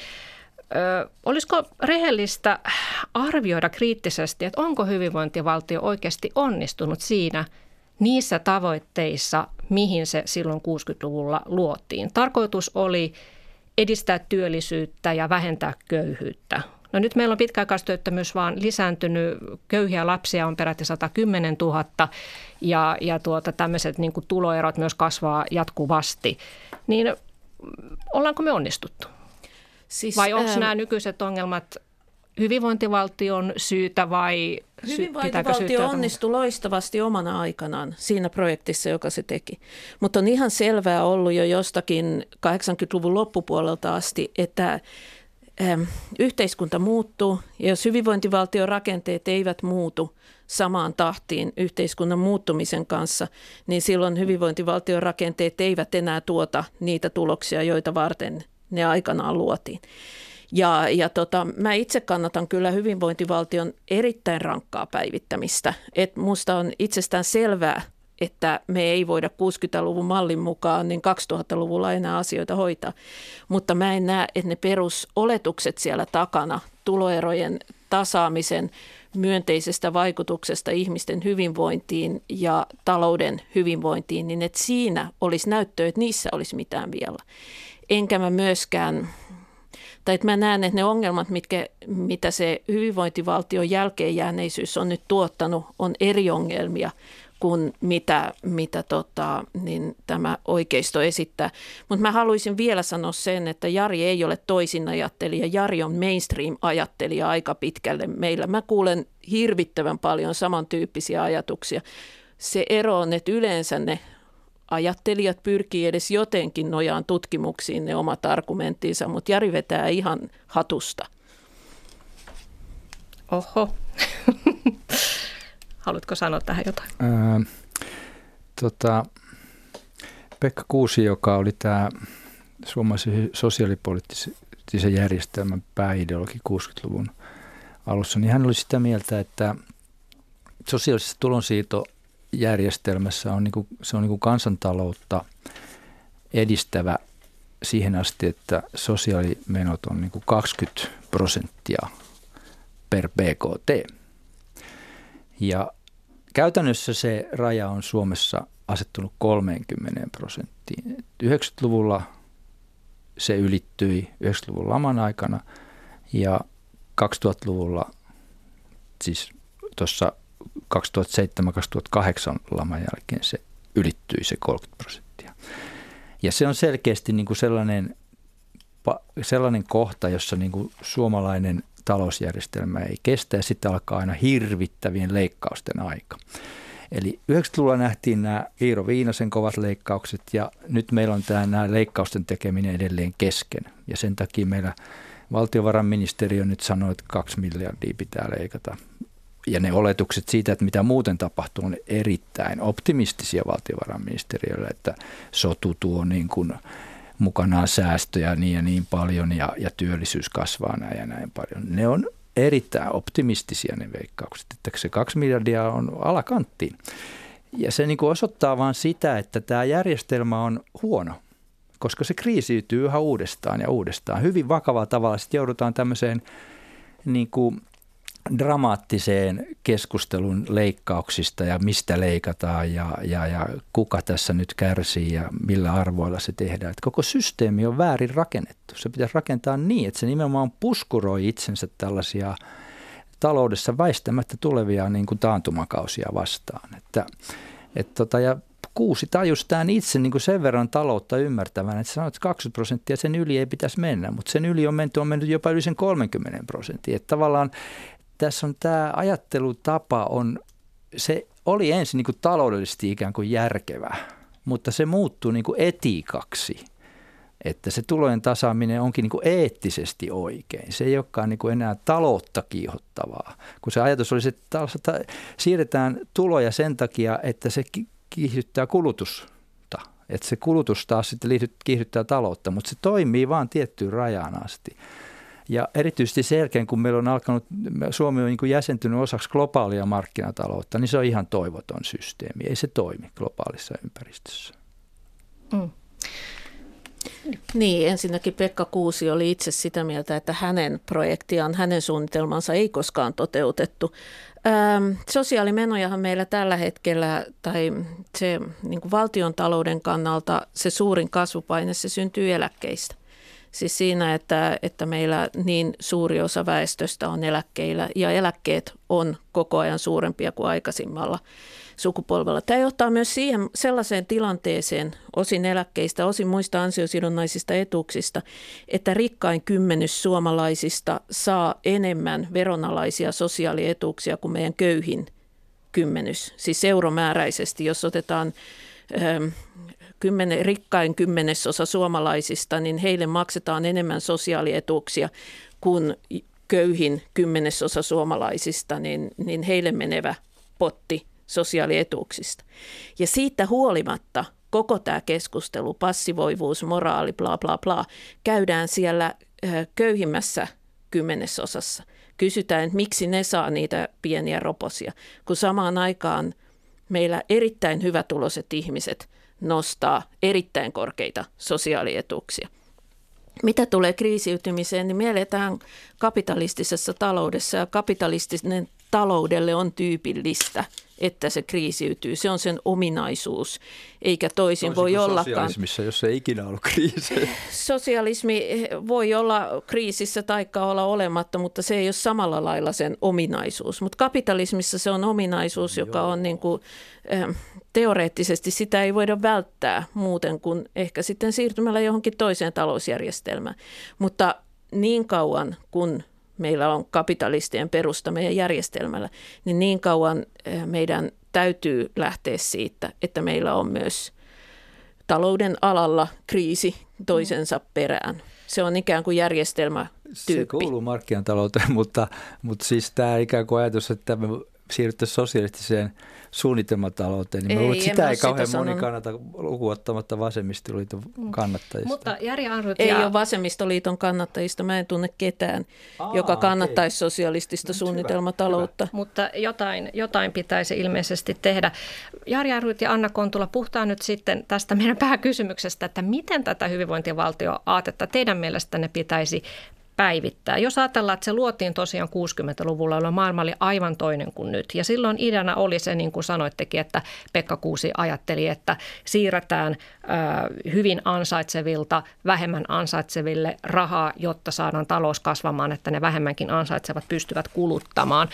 Ö, olisiko rehellistä arvioida kriittisesti, että onko hyvinvointivaltio oikeasti onnistunut siinä niissä tavoitteissa, mihin se silloin kuusikymmentäluvulla luotiin? Tarkoitus oli edistää työllisyyttä ja vähentää köyhyyttä. No nyt meillä on pitkäaikaistyöttömyys vaan lisääntynyt, köyhiä lapsia on peräti sata kymmentä tuhatta ja, ja tuota, tämmöiset niin kuin tuloerot myös kasvaa jatkuvasti. Niin ollaanko me onnistuttu? Siis, vai onko ähm, nämä nykyiset ongelmat hyvinvointivaltion syytä vai
hyvinvointivaltio onnistui loistavasti omana aikanaan siinä projektissa, joka se teki. Mutta on ihan selvää ollut jo jostakin kahdeksankymmentäluvun loppupuolelta asti, että ähm, yhteiskunta muuttuu ja jos hyvinvointivaltion rakenteet eivät muutu samaan tahtiin yhteiskunnan muuttumisen kanssa, niin silloin hyvinvointivaltion rakenteet eivät enää tuota niitä tuloksia, joita varten ne aikanaan luotiin. Ja, ja tota, mä itse kannatan kyllä hyvinvointivaltion erittäin rankkaa päivittämistä. Et musta on itsestään selvää, että me ei voida kuusikymmentäluvun mallin mukaan niin kaksituhattaluvulla enää asioita hoitaa. Mutta mä en näe, että ne perusoletukset siellä takana, tuloerojen tasaamisen myönteisestä vaikutuksesta ihmisten hyvinvointiin ja talouden hyvinvointiin, niin että siinä olisi näyttöä, että niissä olisi mitään vielä. Enkä mä myöskään, tai että mä näen, että ne ongelmat, mitkä, mitä se hyvinvointivaltion jälkeenjääneisyys on nyt tuottanut, on eri ongelmia kuin mitä, mitä tota, niin tämä oikeisto esittää. Mutta mä haluaisin vielä sanoa sen, että Jari ei ole toisinajattelija. Jari on mainstream-ajattelija aika pitkälle meillä. Mä kuulen hirvittävän paljon samantyyppisiä ajatuksia. Se ero on, että yleensä ne ajattelijat pyrkii edes jotenkin nojaan tutkimuksiin ne omat argumenttinsa, mutta Jari vetää ihan hatusta.
Oho. Haluatko sanoa tähän jotain?
Ää, tota, Pekka Kuusi, joka oli tämä suomalaisen sosiaalipoliittisen järjestelmän pääideologi kuusikymmentäluvun alussa, niin hän oli sitä mieltä, että sosiaalisessa tulonsiirtojärjestelmässä on, niin kuin, se on niin kuin kansantaloutta edistävä siihen asti, että sosiaalimenot on niin kuin kaksikymmentä prosenttia per B K T. Ja käytännössä se raja on Suomessa asettunut kolmekymmentä prosenttiin. yhdeksänkymmentäluvulla se ylittyi yhdeksänkymmentäluvun laman aikana ja kaksituhattaluvulla, siis tuossa kaksituhattaseitsemän kaksituhattakahdeksan laman jälkeen se ylittyi se kolmekymmentä prosenttia. Ja se on selkeästi niin kuin sellainen, sellainen kohta, jossa niin kuin suomalainen talousjärjestelmä ei kestä ja sitten alkaa aina hirvittävien leikkausten aika. Eli yhdeksänkymmentäluvulla nähtiin nämä Iiro Viinasen kovat leikkaukset ja nyt meillä on tämä nämä leikkausten tekeminen edelleen kesken. Ja sen takia meillä valtiovarainministeriö nyt sanoo, että kaksi miljardia pitää leikata. Ja ne oletukset siitä, että mitä muuten tapahtuu, on erittäin optimistisia valtiovarainministeriöllä, että sotu tuo niin kuin mukanaan säästöjä niin ja niin paljon ja, ja työllisyys kasvaa näin ja näin paljon. Ne on erittäin optimistisia ne veikkaukset, että se kaksi miljardia on alakanttiin. Ja se niin kuin osoittaa vaan sitä, että tämä järjestelmä on huono, koska se kriisiytyy yhä uudestaan ja uudestaan. Hyvin vakavalla tavalla sitten joudutaan tämmöiseen niin kuin dramaattiseen keskustelun leikkauksista ja mistä leikataan ja, ja, ja kuka tässä nyt kärsii ja millä arvoilla se tehdään. Että koko systeemi on väärin rakennettu. Se pitäisi rakentaa niin, että se nimenomaan puskuroi itsensä tällaisia taloudessa väistämättä tulevia niin kuin taantumakausia vastaan. Että, et tota, ja Kuusi tajusi tämän itse niin kuin sen verran taloutta ymmärtävän, että sanoi, että kaksikymmentä prosenttia sen yli ei pitäisi mennä, mutta sen yli on menty, on mennyt jopa yli sen kolmekymmentä prosenttia. Että tavallaan tässä on tämä ajattelutapa, on, se oli ensin niin kuin taloudellisesti ikään kuin järkevä, mutta se muuttuu niin kuin etiikaksi, että se tulojen tasaaminen onkin niin kuin eettisesti oikein. Se ei olekaan niin kuin enää taloutta kiihottavaa, kun se ajatus oli, että siirretään tuloja sen takia, että se kiihdyttää kulutusta, että se kulutus taas sitten kiihdyttää taloutta, mutta se toimii vaan tiettyyn rajaan asti. Ja erityisesti sen jälkeen, kun meillä on alkanut, Suomi on niin kuin jäsentynyt osaksi globaalia markkinataloutta, niin se on ihan toivoton systeemi. Ei se toimi globaalissa ympäristössä.
Mm. Niin, ensinnäkin Pekka Kuusi oli itse sitä mieltä, että hänen projektiaan, hänen suunnitelmansa ei koskaan toteutettu. Ähm, sosiaalimenojahan meillä tällä hetkellä, tai se niin kuin valtiontalouden kannalta se suurin kasvupaine, se syntyy eläkkeistä. Siis siinä, että, että meillä niin suuri osa väestöstä on eläkkeillä ja eläkkeet on koko ajan suurempia kuin aikaisemmalla sukupolvella. Tämä johtaa myös siihen sellaiseen tilanteeseen osin eläkkeistä, osin muista ansiosidonnaisista etuuksista, että rikkain kymmenys suomalaisista saa enemmän veronalaisia sosiaalietuuksia kuin meidän köyhin kymmenys. Siis euromääräisesti, jos otetaan ähm, kymmenen, rikkain kymmenesosa suomalaisista, niin heille maksetaan enemmän sosiaalietuuksia kuin köyhin kymmenesosa suomalaisista, niin, niin heille menevä potti sosiaalietuuksista. Ja siitä huolimatta koko tämä keskustelu, passivoivuus, moraali, bla bla bla, käydään siellä köyhimmässä kymmenesosassa. Kysytään, että miksi ne saa niitä pieniä roposia, kun samaan aikaan meillä erittäin hyvätuloiset ihmiset nostaa erittäin korkeita sosiaalietuuksia. Mitä tulee kriisiytymiseen, niin me eletään kapitalistisessa taloudessa ja kapitalistinen taloudelle on tyypillistä, että se kriisiytyy. Se on sen ominaisuus, eikä toisin Toisin voi ollakaan.
Sosialismissa, jos ei ikinä ollut kriisejä.
Sosialismi voi olla kriisissä tai olla olematta, mutta se ei ole samalla lailla sen ominaisuus. Mutta kapitalismissa se on ominaisuus, joka Joo. on niin kuin, äh, teoreettisesti sitä ei voida välttää muuten kuin ehkä sitten siirtymällä johonkin toiseen talousjärjestelmään. Mutta niin kauan kun meillä on kapitalistien perusta meidän järjestelmällä, niin niin kauan meidän täytyy lähteä siitä, että meillä on myös talouden alalla kriisi toisensa perään. Se on ikään kuin järjestelmätyyppi.
Se kuuluu markkinatalouteen, mutta, mutta siis tämä ikään kuin ajatus, että me siirryttäisiin sosialistiseen suunnitelmatalouteen, niin ei, luulen, sitä ei kauhean moni sanon. kannata lukuottamatta vasemmistoliiton kannattajista.
Mutta Jari Arnrut
ei
ja...
ole vasemmistoliiton kannattajista, mä en tunne ketään, Aa, joka kannattaisi okay. sosialistista no, suunnitelmataloutta.
Hyvä. Mutta jotain, jotain pitäisi ilmeisesti tehdä. Jari Arnrut ja Anna Kontula, puhutaan nyt sitten tästä meidän pääkysymyksestä, että miten tätä hyvinvointivaltioaatetta teidän mielestänne pitäisi päivittää. Jos ajatellaan, että se luotiin tosiaan kuusikymmentäluvulla, jolloin maailma oli aivan toinen kuin nyt. Ja silloin ideana oli se, niin kuin sanoittekin, että Pekka Kuusi ajatteli, että siirretään ö, hyvin ansaitsevilta vähemmän ansaitseville rahaa, jotta saadaan talous kasvamaan, että ne vähemmänkin ansaitsevat pystyvät kuluttamaan.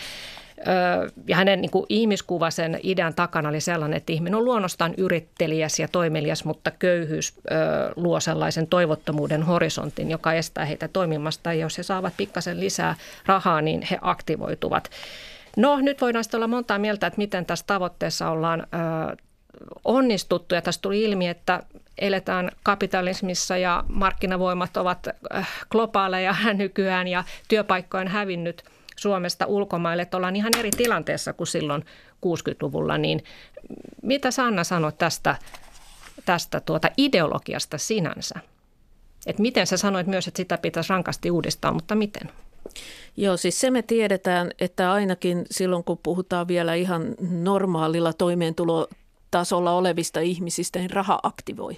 Ja hänen niin kuin ihmiskuva sen idean takana oli sellainen, että ihminen on luonnostaan yritteliäs ja toimelias, mutta köyhyys ö, luo sellaisen toivottomuuden horisontin, joka estää heitä toimimasta. Ja jos he saavat pikkasen lisää rahaa, niin he aktivoituvat. No nyt voidaan sitten olla montaa mieltä, että miten tässä tavoitteessa ollaan ö, onnistuttu. Ja tässä tuli ilmi, että eletään kapitalismissa ja markkinavoimat ovat globaaleja nykyään ja työpaikkoja on hävinnyt Suomesta ulkomaille, että ollaan ihan eri tilanteessa kuin silloin kuusikymmentäluvulla, niin mitä Sanna sanoi tästä, tästä tuota ideologiasta sinänsä? Et miten sä sanoit myös, että sitä pitäisi rankasti uudistaa, mutta miten?
Joo, siis se me tiedetään, että ainakin silloin kun puhutaan vielä ihan normaalilla toimeentulotasolla olevista ihmisistä, niin raha aktivoi.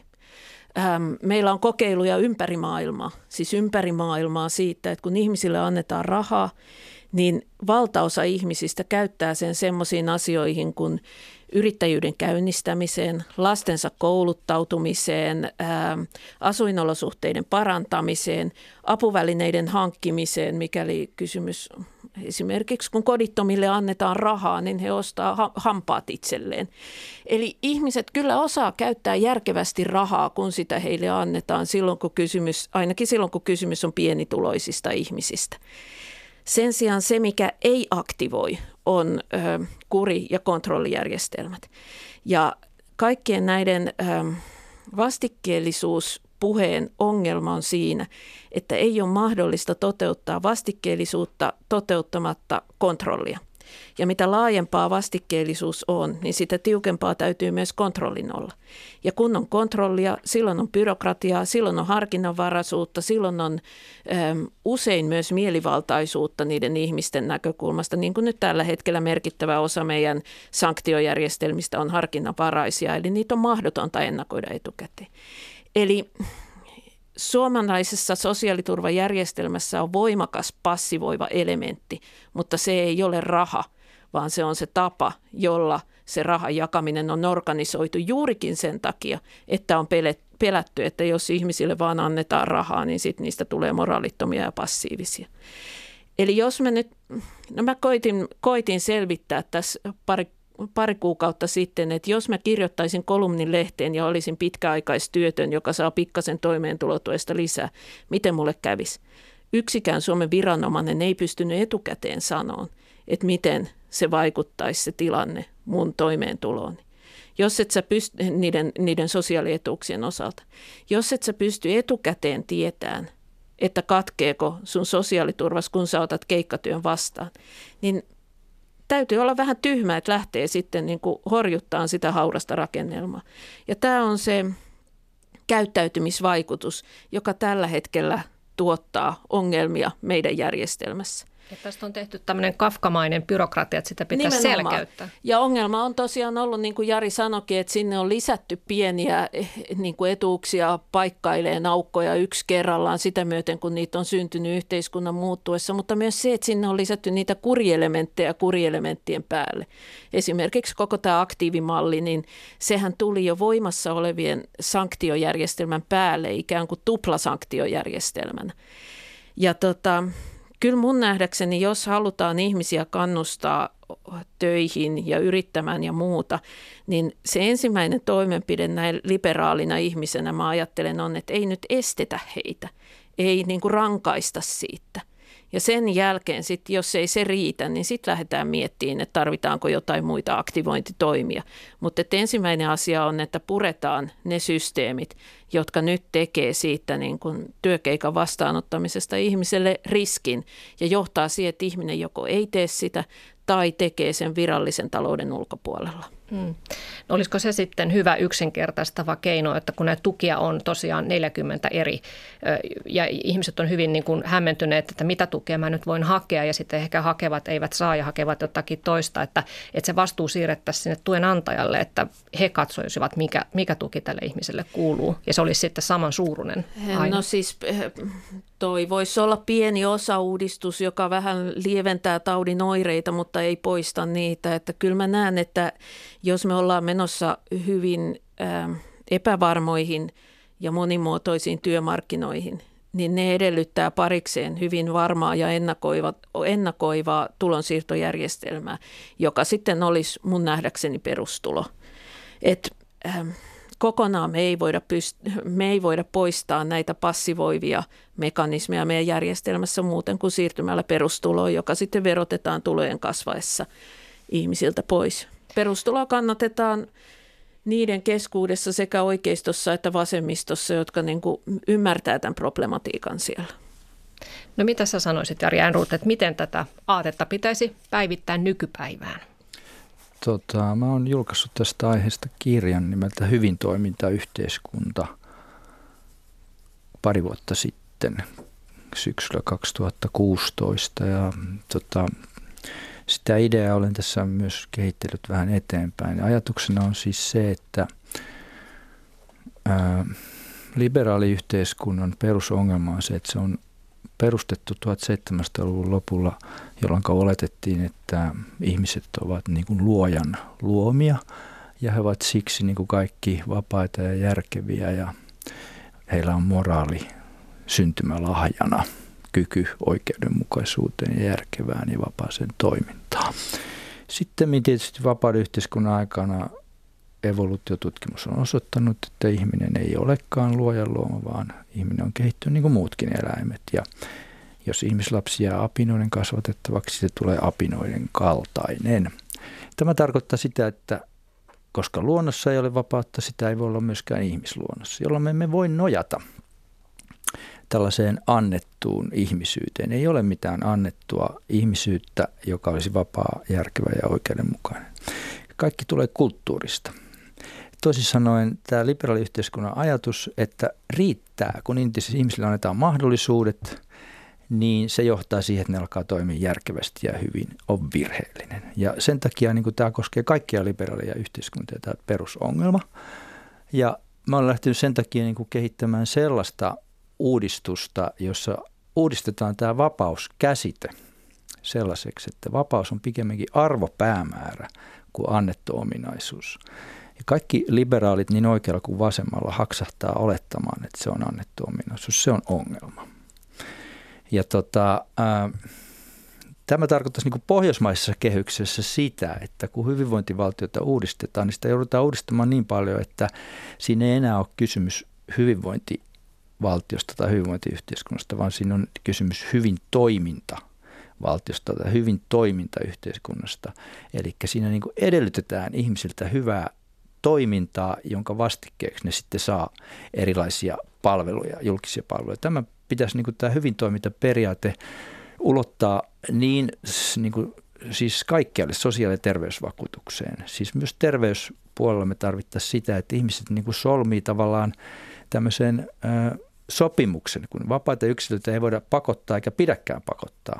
Meillä on kokeiluja ympäri maailmaa, siis ympäri maailmaa siitä, että kun ihmisille annetaan rahaa, niin valtaosa ihmisistä käyttää sen semmoisiin asioihin kuin yrittäjyyden käynnistämiseen, lastensa kouluttautumiseen, ää, asuinolosuhteiden parantamiseen, apuvälineiden hankkimiseen, mikäli kysymys esimerkiksi kun kodittomille annetaan rahaa, niin he ostaa ha- hampaat itselleen. Eli ihmiset kyllä osaa käyttää järkevästi rahaa, kun sitä heille annetaan, silloin, kun kysymys, ainakin silloin kun kysymys on pienituloisista ihmisistä. Sen sijaan se, mikä ei aktivoi, on ö, kuri- ja kontrollijärjestelmät. Ja kaikkien näiden ö, vastikkeellisuuspuheen ongelma on siinä, että ei ole mahdollista toteuttaa vastikkeellisuutta toteuttamatta kontrollia. Ja mitä laajempaa vastikkeellisuus on, niin sitä tiukempaa täytyy myös kontrollin olla. Ja kun on kontrollia, silloin on byrokratiaa, silloin on harkinnanvaraisuutta, silloin on äm, usein myös mielivaltaisuutta niiden ihmisten näkökulmasta. Niin kuin nyt tällä hetkellä merkittävä osa meidän sanktiojärjestelmistä on harkinnanvaraisia, eli niitä on mahdotonta ennakoida etukäteen. Eli suomalaisessa sosiaaliturvajärjestelmässä on voimakas passivoiva elementti, mutta se ei ole raha, vaan se on se tapa, jolla se rahan jakaminen on organisoitu juurikin sen takia, että on pelätty, että jos ihmisille vaan annetaan rahaa, niin sitten niistä tulee moraalittomia ja passiivisia. Eli jos mä nyt, no mä koitin, koitin selvittää tässä pari pari kuukautta sitten, että jos mä kirjoittaisin kolumnin lehteen ja olisin pitkäaikaistyötön, joka saa pikkasen toimeentulotuesta lisää, miten mulle kävisi? Yksikään Suomen viranomainen ei pystynyt etukäteen sanomaan, että miten se vaikuttaisi se tilanne mun toimeentulooni. Jos et sä pysty, niiden, niiden sosiaalietuuksien osalta, jos et sä pysty etukäteen tietämään, että katkeeko sun sosiaaliturvas, kun sä otat keikkatyön vastaan, niin täytyy olla vähän tyhmä, että lähtee sitten niin kuin horjuttaan sitä haurasta rakennelmaa. Ja tämä on se käyttäytymisvaikutus, joka tällä hetkellä tuottaa ongelmia meidän järjestelmässä.
Ja tästä on tehty tämmöinen kafkamainen byrokratia, että sitä pitää Nimenomaan. selkeyttää.
Ja ongelma on tosiaan ollut, niin kuin Jari sanoikin, että sinne on lisätty pieniä niin kuin etuuksia paikkaileen aukkoja yksi kerrallaan sitä myöten, kun niitä on syntynyt yhteiskunnan muuttuessa, mutta myös se, että sinne on lisätty niitä kurielementtejä kurielementtien päälle. Esimerkiksi koko tämä aktiivimalli, niin sehän tuli jo voimassa olevien sanktiojärjestelmän päälle ikään kuin tuplasanktiojärjestelmänä. Ja tota... Kyllä mun nähdäkseni, jos halutaan ihmisiä kannustaa töihin ja yrittämään ja muuta, niin se ensimmäinen toimenpide näin liberaalina ihmisenä mä ajattelen on, että ei nyt estetä heitä, ei niin kuin rankaista siitä. Ja sen jälkeen sitten, jos ei se riitä, niin sitten lähdetään miettimään, että tarvitaanko jotain muita aktivointitoimia. Mutta ensimmäinen asia on, että puretaan ne systeemit, jotka nyt tekee siitä niin kun työkeikan vastaanottamisesta ihmiselle riskin ja johtaa siihen, että ihminen joko ei tee sitä tai tekee sen virallisen talouden ulkopuolella.
Hmm. No olisiko se sitten hyvä yksinkertaistava keino, että kun näitä tukia on tosiaan neljäkymmentä eri ja ihmiset on hyvin niin kuin hämmentyneet, että mitä tukea mä nyt voin hakea ja sitten ehkä hakevat eivät saa ja hakevat jotakin toista, että, että se vastuu siirrettäisiin sinne tuen antajalle, että he katsoisivat, mikä, mikä tuki tälle ihmiselle kuuluu ja se olisi sitten saman suuruinen aina.
No siis toi voisi olla pieni osauudistus, joka vähän lieventää taudin oireita, mutta ei poista niitä, että kyllä mä näen, että jos me ollaan menossa hyvin ä, epävarmoihin ja monimuotoisiin työmarkkinoihin, niin ne edellyttää parikseen hyvin varmaa ja ennakoiva, ennakoivaa tulonsiirtojärjestelmää, joka sitten olisi mun nähdäkseni perustulo. Et, ä, kokonaan me ei, voida pyst- me ei voida poistaa näitä passivoivia mekanismeja meidän järjestelmässä muuten kuin siirtymällä perustuloon, joka sitten verotetaan tulojen kasvaessa ihmisiltä pois. Perustuloa kannatetaan niiden keskuudessa sekä oikeistossa että vasemmistossa, jotka niin kuin ymmärtää tämän problematiikan siellä.
No mitä sä sanoisit, Jari Ehrnrooth, että miten tätä aatetta pitäisi päivittää nykypäivään?
Tota, mä oon julkaissut tästä aiheesta kirjan nimeltä Hyvin toiminta yhteiskunta pari vuotta sitten, syksyllä kaksituhattakuusitoista. Ja, tota, sitä ideaa olen tässä myös kehittellyt vähän eteenpäin. Ajatuksena on siis se, että ää, liberaaliyhteiskunnan perusongelma on se, että se on perustettu tuhatseitsemänsataaluvun lopulla, jolloin oletettiin, että ihmiset ovat niin kuin luojan luomia ja he ovat siksi niin kuin kaikki vapaita ja järkeviä ja heillä on moraali syntymälahjana, kyky oikeudenmukaisuuteen ja järkevään ja vapaaseen toimintaan. Sitten tietysti vapauden yhteiskunnan aikana evoluutiotutkimus on osoittanut, että ihminen ei olekaan luojan luoma, vaan ihminen on kehittynyt niin kuin muutkin eläimet. Ja jos ihmislapsi jää apinoiden kasvatettavaksi, se tulee apinoiden kaltainen. Tämä tarkoittaa sitä, että koska luonnossa ei ole vapautta, sitä ei voi olla myöskään ihmisluonnossa, jolloin me emme voi nojata tällaiseen annettuun ihmisyyteen. Ei ole mitään annettua ihmisyyttä, joka olisi vapaa, järkevä ja oikeudenmukainen. Kaikki tulee kulttuurista. Toisin sanoen tämä liberaaliyhteiskunnan ajatus, että riittää, kun ihmisille annetaan mahdollisuudet, niin se johtaa siihen, että ne alkaa toimia järkevästi ja hyvin, on virheellinen. Ja sen takia niin kuin tämä koskee kaikkia liberaaleja yhteiskuntia, tämä perusongelma. Ja mä olen lähtenyt sen takia niin kuin kehittämään sellaista uudistusta, jossa uudistetaan tämä vapauskäsite sellaiseksi, että vapaus on pikemminkin arvopäämäärä kuin annettu ominaisuus. Ja kaikki liberaalit niin oikealla kuin vasemmalla haksahtaa olettamaan, että se on annettu ominaisuus. Se on ongelma. Ja tota, ää, tämä tarkoittaisi niin kuin pohjoismaisessa kehyksessä sitä, että kun hyvinvointivaltiota uudistetaan, niin sitä joudutaan uudistamaan niin paljon, että siinä ei enää ole kysymys hyvinvointivaltiosta tai hyvinvointiyhteiskunnasta, vaan siinä on kysymys hyvin toimintavaltiosta tai hyvin toimintayhteiskunnasta. Eli siinä niin kuin edellytetään ihmisiltä hyvää toimintaa, jonka vastikkeeksi ne sitten saa erilaisia palveluja, julkisia palveluja. Tämä pitäisi niin kuin tämä hyvin toimintaperiaate ulottaa niin, niin kuin, siis kaikkialle sosiaali- ja terveysvakuutukseen. Siis myös terveyspuolella me tarvittaisiin sitä, että ihmiset niin kuin solmii tavallaan tämmöisen ö, sopimuksen, kun vapaita yksilöitä ei voida pakottaa eikä pidäkään pakottaa.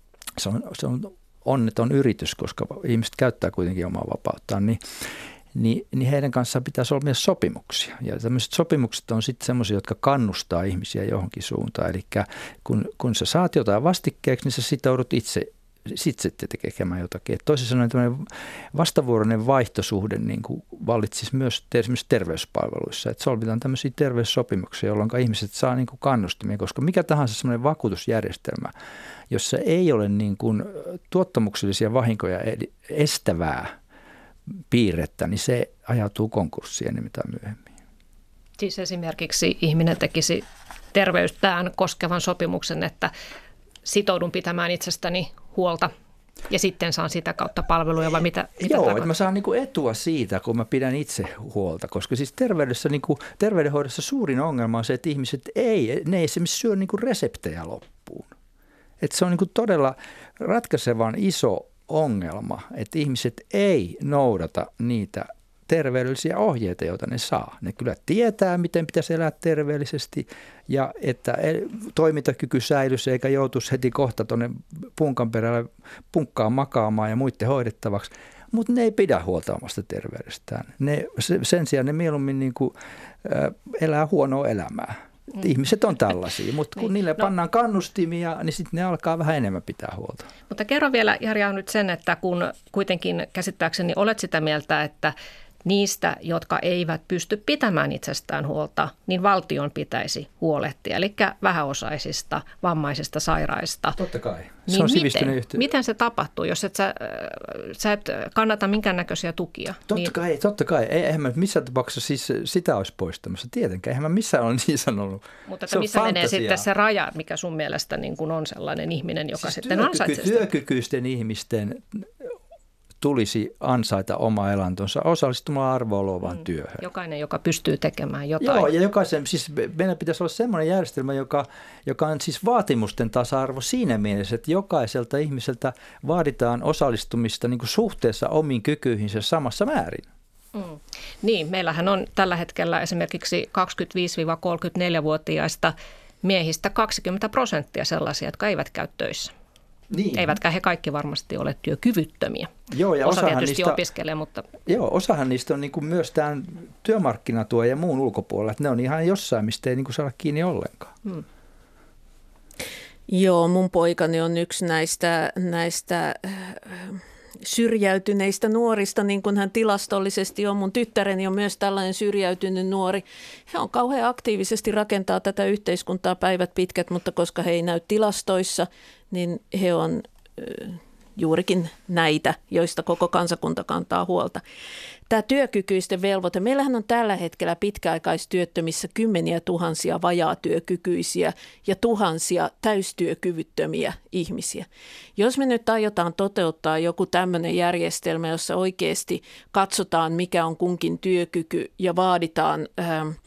Se on, se on onneton yritys, koska ihmiset käyttää kuitenkin omaa vapauttaan, niin Niin, niin heidän kanssaan pitää solmia sopimuksia. Ja tämmöiset sopimukset on sitten semmoisia, jotka kannustaa ihmisiä johonkin suuntaan. Eli kun, kun sä saat jotain vastikkeeksi, niin sä sitoudut itse, itse tekemään jotakin. Et toisin sanoen tämmöinen vastavuoroinen vaihtosuhde niin kuin vallitsisi myös esimerkiksi terveyspalveluissa. Että solmitaan tämmöisiä terveyssopimuksia, jolloin ihmiset saa niin kuin kannustimia, koska mikä tahansa semmoinen vakuutusjärjestelmä, jossa ei ole niin kuin tuottamuksellisia vahinkoja estävää piirrettä, niin se ajautuu konkurssiin enemmän tai myöhemmin.
Siis esimerkiksi ihminen tekisi terveyttään koskevan sopimuksen, että sitoudun pitämään itsestäni huolta ja sitten saan sitä kautta palveluja vai mitä? mitä
Joo, että mä saan niinku etua siitä, kun mä pidän itse huolta, koska siis terveydessä, niinku, terveydenhoidossa suurin ongelma on se, että ihmiset ei, ne ei esimerkiksi syö niinku reseptejä loppuun. Että se on niinku todella ratkaisevan iso ongelma, että ihmiset ei noudata niitä terveydellisiä ohjeita, joita ne saa. Ne kyllä tietää, miten pitäisi elää terveellisesti ja että toimintakyky säilyisi eikä joutuisi heti kohta tuonne punkan perälle punkkaan makaamaan ja muiden hoidettavaksi. Mutta ne ei pidä huolta omasta terveydestään. Ne, sen sijaan ne mieluummin niin kuin, ä, elää huonoa elämää. Mm. Ihmiset on tällaisia, mutta kun niin. niille no. pannaan kannustimia, niin sitten ne alkaa vähän enemmän pitää huolta.
Mutta kerro vielä, Jari, on nyt sen, että kun kuitenkin käsittääkseni olet sitä mieltä, että niistä, jotka eivät pysty pitämään itsestään huolta, niin valtion pitäisi huolehtia, eli vähäosaisista, vammaisista, sairaista.
Totta kai. Se
niin
on
miten, miten se tapahtuu, jos et sä, sä et kannata minkäännäköisiä tukia?
Totta niin... kai, totta kai. Eihän mä missään tapauksessa siis sitä olisi poistamassa. Tietenkään, eihän mä missään ole niin sanonut.
Mutta että missä menee sitten se raja, mikä sun mielestä niin kun on sellainen ihminen, joka siis sitten työkyky, ansaitsee sitä?
Työkykyisten ihmisten tulisi ansaita oma elantonsa osallistumalla arvoa luovaan mm. työhön.
Jokainen, joka pystyy tekemään jotain.
Joo, ja jokaisen, siis meillä pitäisi olla semmoinen järjestelmä, joka, joka on siis vaatimusten tasa-arvo siinä mielessä, että jokaiselta ihmiseltä vaaditaan osallistumista niin kuin suhteessa omiin kykyihinsä samassa määrin.
Mm. Niin, meillähän on tällä hetkellä esimerkiksi kaksikymmentäviisi–kolmekymmentäneljä-vuotiaista miehistä kaksikymmentä prosenttia sellaisia, jotka eivät käy töissä. Niin. Eivätkä he kaikki varmasti ole työkyvyttömiä. Joo, ja osa tietysti niistä, opiskelee, mutta...
Joo, osahan niistä on niin kuin myös tämän työmarkkinatuen ja muun ulkopuolella, että ne on ihan jossain, mistä ei niin kuin saada kiinni ollenkaan. Hmm.
Joo, mun poikani on yksi näistä, näistä syrjäytyneistä nuorista, niin kuin hän tilastollisesti on. Mun tyttäreni on myös tällainen syrjäytynyt nuori. He on kauhean aktiivisesti rakentaa tätä yhteiskuntaa päivät pitkät, mutta koska he ei näy tilastoissa, niin he on juurikin näitä, joista koko kansakunta kantaa huolta. Tämä työkykyisten velvoite. Meillähän on tällä hetkellä pitkäaikaistyöttömissä kymmeniä tuhansia vajaatyökykyisiä ja tuhansia täystyökyvyttömiä ihmisiä. Jos me nyt aiotaan toteuttaa joku tämmöinen järjestelmä, jossa oikeasti katsotaan, mikä on kunkin työkyky ja vaaditaan ää,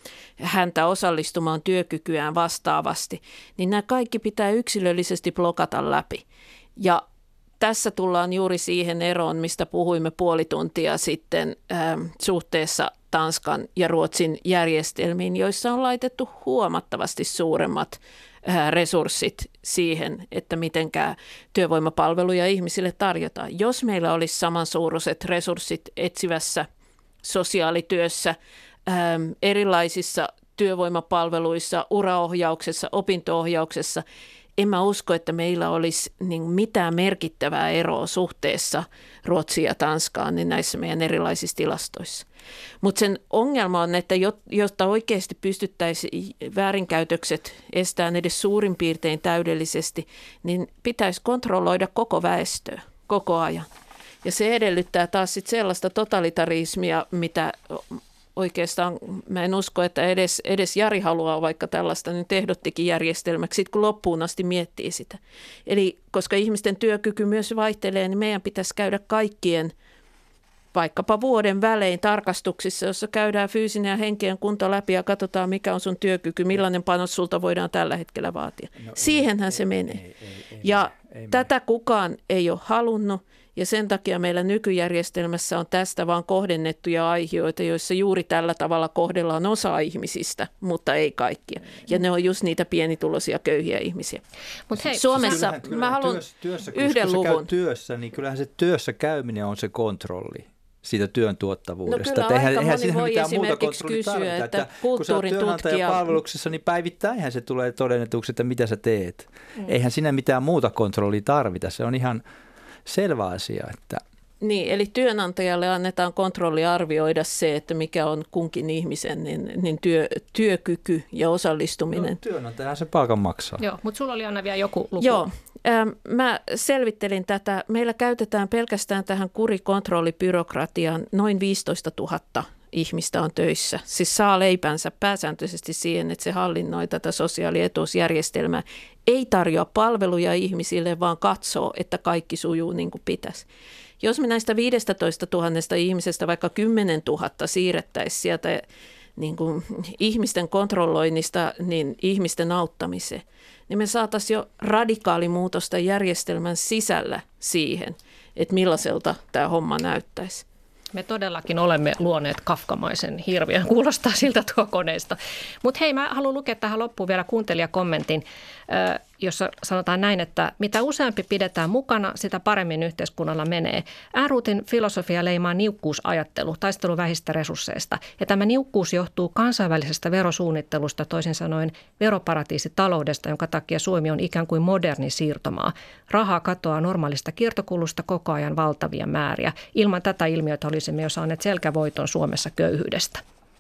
häntä osallistumaan työkykyään vastaavasti, niin nämä kaikki pitää yksilöllisesti blokata läpi. Ja tässä tullaan juuri siihen eroon, mistä puhuimme puoli tuntia sitten äh, suhteessa Tanskan ja Ruotsin järjestelmiin, joissa on laitettu huomattavasti suuremmat äh, resurssit siihen, että mitenkään työvoimapalveluja ihmisille tarjotaan. Jos meillä olisi samansuuruiset resurssit etsivässä sosiaalityössä, äh, erilaisissa työvoimapalveluissa, uraohjauksessa, opinto-ohjauksessa, en mä usko, että meillä olisi niin mitään merkittävää eroa suhteessa Ruotsiin ja Tanskaan niin näissä meidän erilaisissa tilastoissa. Mutta sen ongelma on, että jotta oikeasti pystyttäisiin väärinkäytökset estämään edes suurin piirtein täydellisesti, niin pitäisi kontrolloida koko väestöä koko ajan. Ja se edellyttää taas sit sellaista totalitarismia, mitä oikeastaan mä en usko, että edes, edes Jari haluaa vaikka tällaista nyt ehdottikin järjestelmäksi, sit kun loppuun asti miettii sitä. Eli koska ihmisten työkyky myös vaihtelee, niin meidän pitäisi käydä kaikkien vaikkapa vuoden välein tarkastuksissa, jossa käydään fyysinen ja henkinen kunto läpi ja katsotaan, mikä on sun työkyky, millainen panos sulta voidaan tällä hetkellä vaatia. No, Siihenhän ei, se ei, menee. Ei, ei, ei, ja ei, ei tätä mene. Kukaan ei ole halunnut. Ja sen takia meillä nykyjärjestelmässä on tästä vaan kohdennettuja aiheita, joissa juuri tällä tavalla kohdellaan osa ihmisistä, mutta ei kaikkia. Ja ne on just niitä pienituloisia köyhiä ihmisiä. Mut hei, Suomessa kyllähän, kyllähän mä haluan työssä, työssä, yhden kun luvun.
Työssä, niin kyllähän se työssä käyminen on se kontrolli siitä työn tuottavuudesta.
No kyllä aika eihän, moni voi esimerkiksi kysyä, että, että kulttuurin tutkija...
Kun sä oot palveluksessa, niin päivittäinhän se tulee todennetuksi, että mitä sä teet. Mm. Eihän siinä mitään muuta kontrollia tarvita. Se on ihan selvä asia, että...
Niin, eli työnantajalle annetaan kontrolli arvioida se, että mikä on kunkin ihmisen niin, niin työ, työkyky ja osallistuminen.
No, työnantajahan se palkan maksaa.
Joo, mutta sulla oli Anna vielä joku luku.
Joo, ähm, mä selvittelin tätä. Meillä käytetään pelkästään tähän kurikontrollibyrokratiaan noin viisitoista tuhatta ihmistä on töissä. Siis saa leipänsä pääsääntöisesti siihen, että se hallinnoi tätä sosiaalietuusjärjestelmää. Ei tarjoa palveluja ihmisille, vaan katsoo, että kaikki sujuu niin kuin pitäisi. Jos me näistä viisitoista tuhatta ihmisestä vaikka kymmenen tuhatta siirrettäisiin sieltä niin kuin ihmisten kontrolloinnista niin ihmisten auttamiseen, niin me saataisiin jo radikaalimuutosta järjestelmän sisällä siihen, että millaiselta tämä homma näyttäisi.
Me todellakin olemme luoneet kafkamaisen hirviön, kuulostaa siltä tuo koneesta. Mutta hei, mä haluan lukea tähän loppuun vielä kuuntelijakommentin, jossa sanotaan näin, että mitä useampi pidetään mukana, sitä paremmin yhteiskunnalla menee. Ehrnroothin filosofia leimaa niukkuusajattelu, taistelu vähistä resursseista. Ja tämä niukkuus johtuu kansainvälisestä verosuunnittelusta, toisin sanoen veroparatiisitaloudesta, jonka takia Suomi on ikään kuin moderni siirtomaa. Rahaa katoaa normaalista kiertokulusta koko ajan valtavia määriä. Ilman tätä ilmiötä olisimme jo saaneet selkävoiton Suomessa köyhyydestä.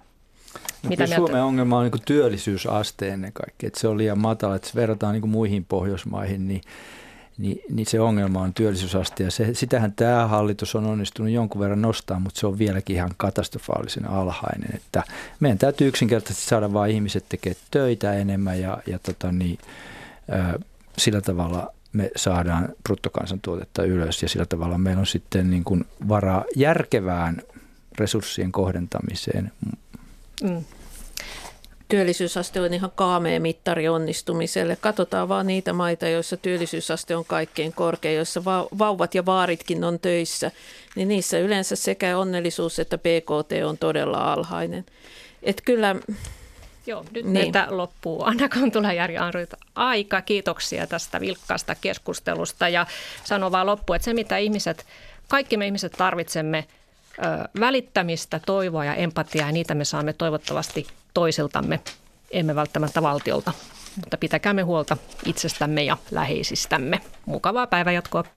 No, Mitä Suomen ongelma on niin työllisyysaste ennen kaikkea, että se on liian matala, että se verrataan niin muihin Pohjoismaihin, niin, niin, niin se ongelma on työllisyysaste ja se, sitähän tämä hallitus on onnistunut jonkun verran nostaa, mutta se on vieläkin ihan katastrofaalisen alhainen, että meidän täytyy yksinkertaisesti saada vain ihmiset tekemään töitä enemmän ja, ja tota niin, ä, sillä tavalla me saadaan bruttokansantuotetta ylös ja sillä tavalla meillä on sitten niin kuin varaa järkevään resurssien kohdentamiseen.
Mm. Työllisyysaste on ihan kaamea mittari onnistumiselle. Katsotaan vaan niitä maita, joissa työllisyysaste on kaikkein korkein, joissa vauvat ja vaaritkin on töissä, niin niissä yleensä sekä onnellisuus että B K T on todella alhainen. Et kyllä...
Joo, nyt niin. Meiltä loppuu Anna Kontula, Jari Anryd aika. Kiitoksia tästä vilkkaasta keskustelusta ja sanon vaan loppuun, että se mitä ihmiset, kaikki me ihmiset tarvitsemme ö, välittämistä, toivoa ja empatiaa ja niitä me saamme toivottavasti toisiltamme, emme välttämättä valtiolta, mutta pitäkäämme huolta itsestämme ja läheisistämme. Mukavaa päivänjatkoa.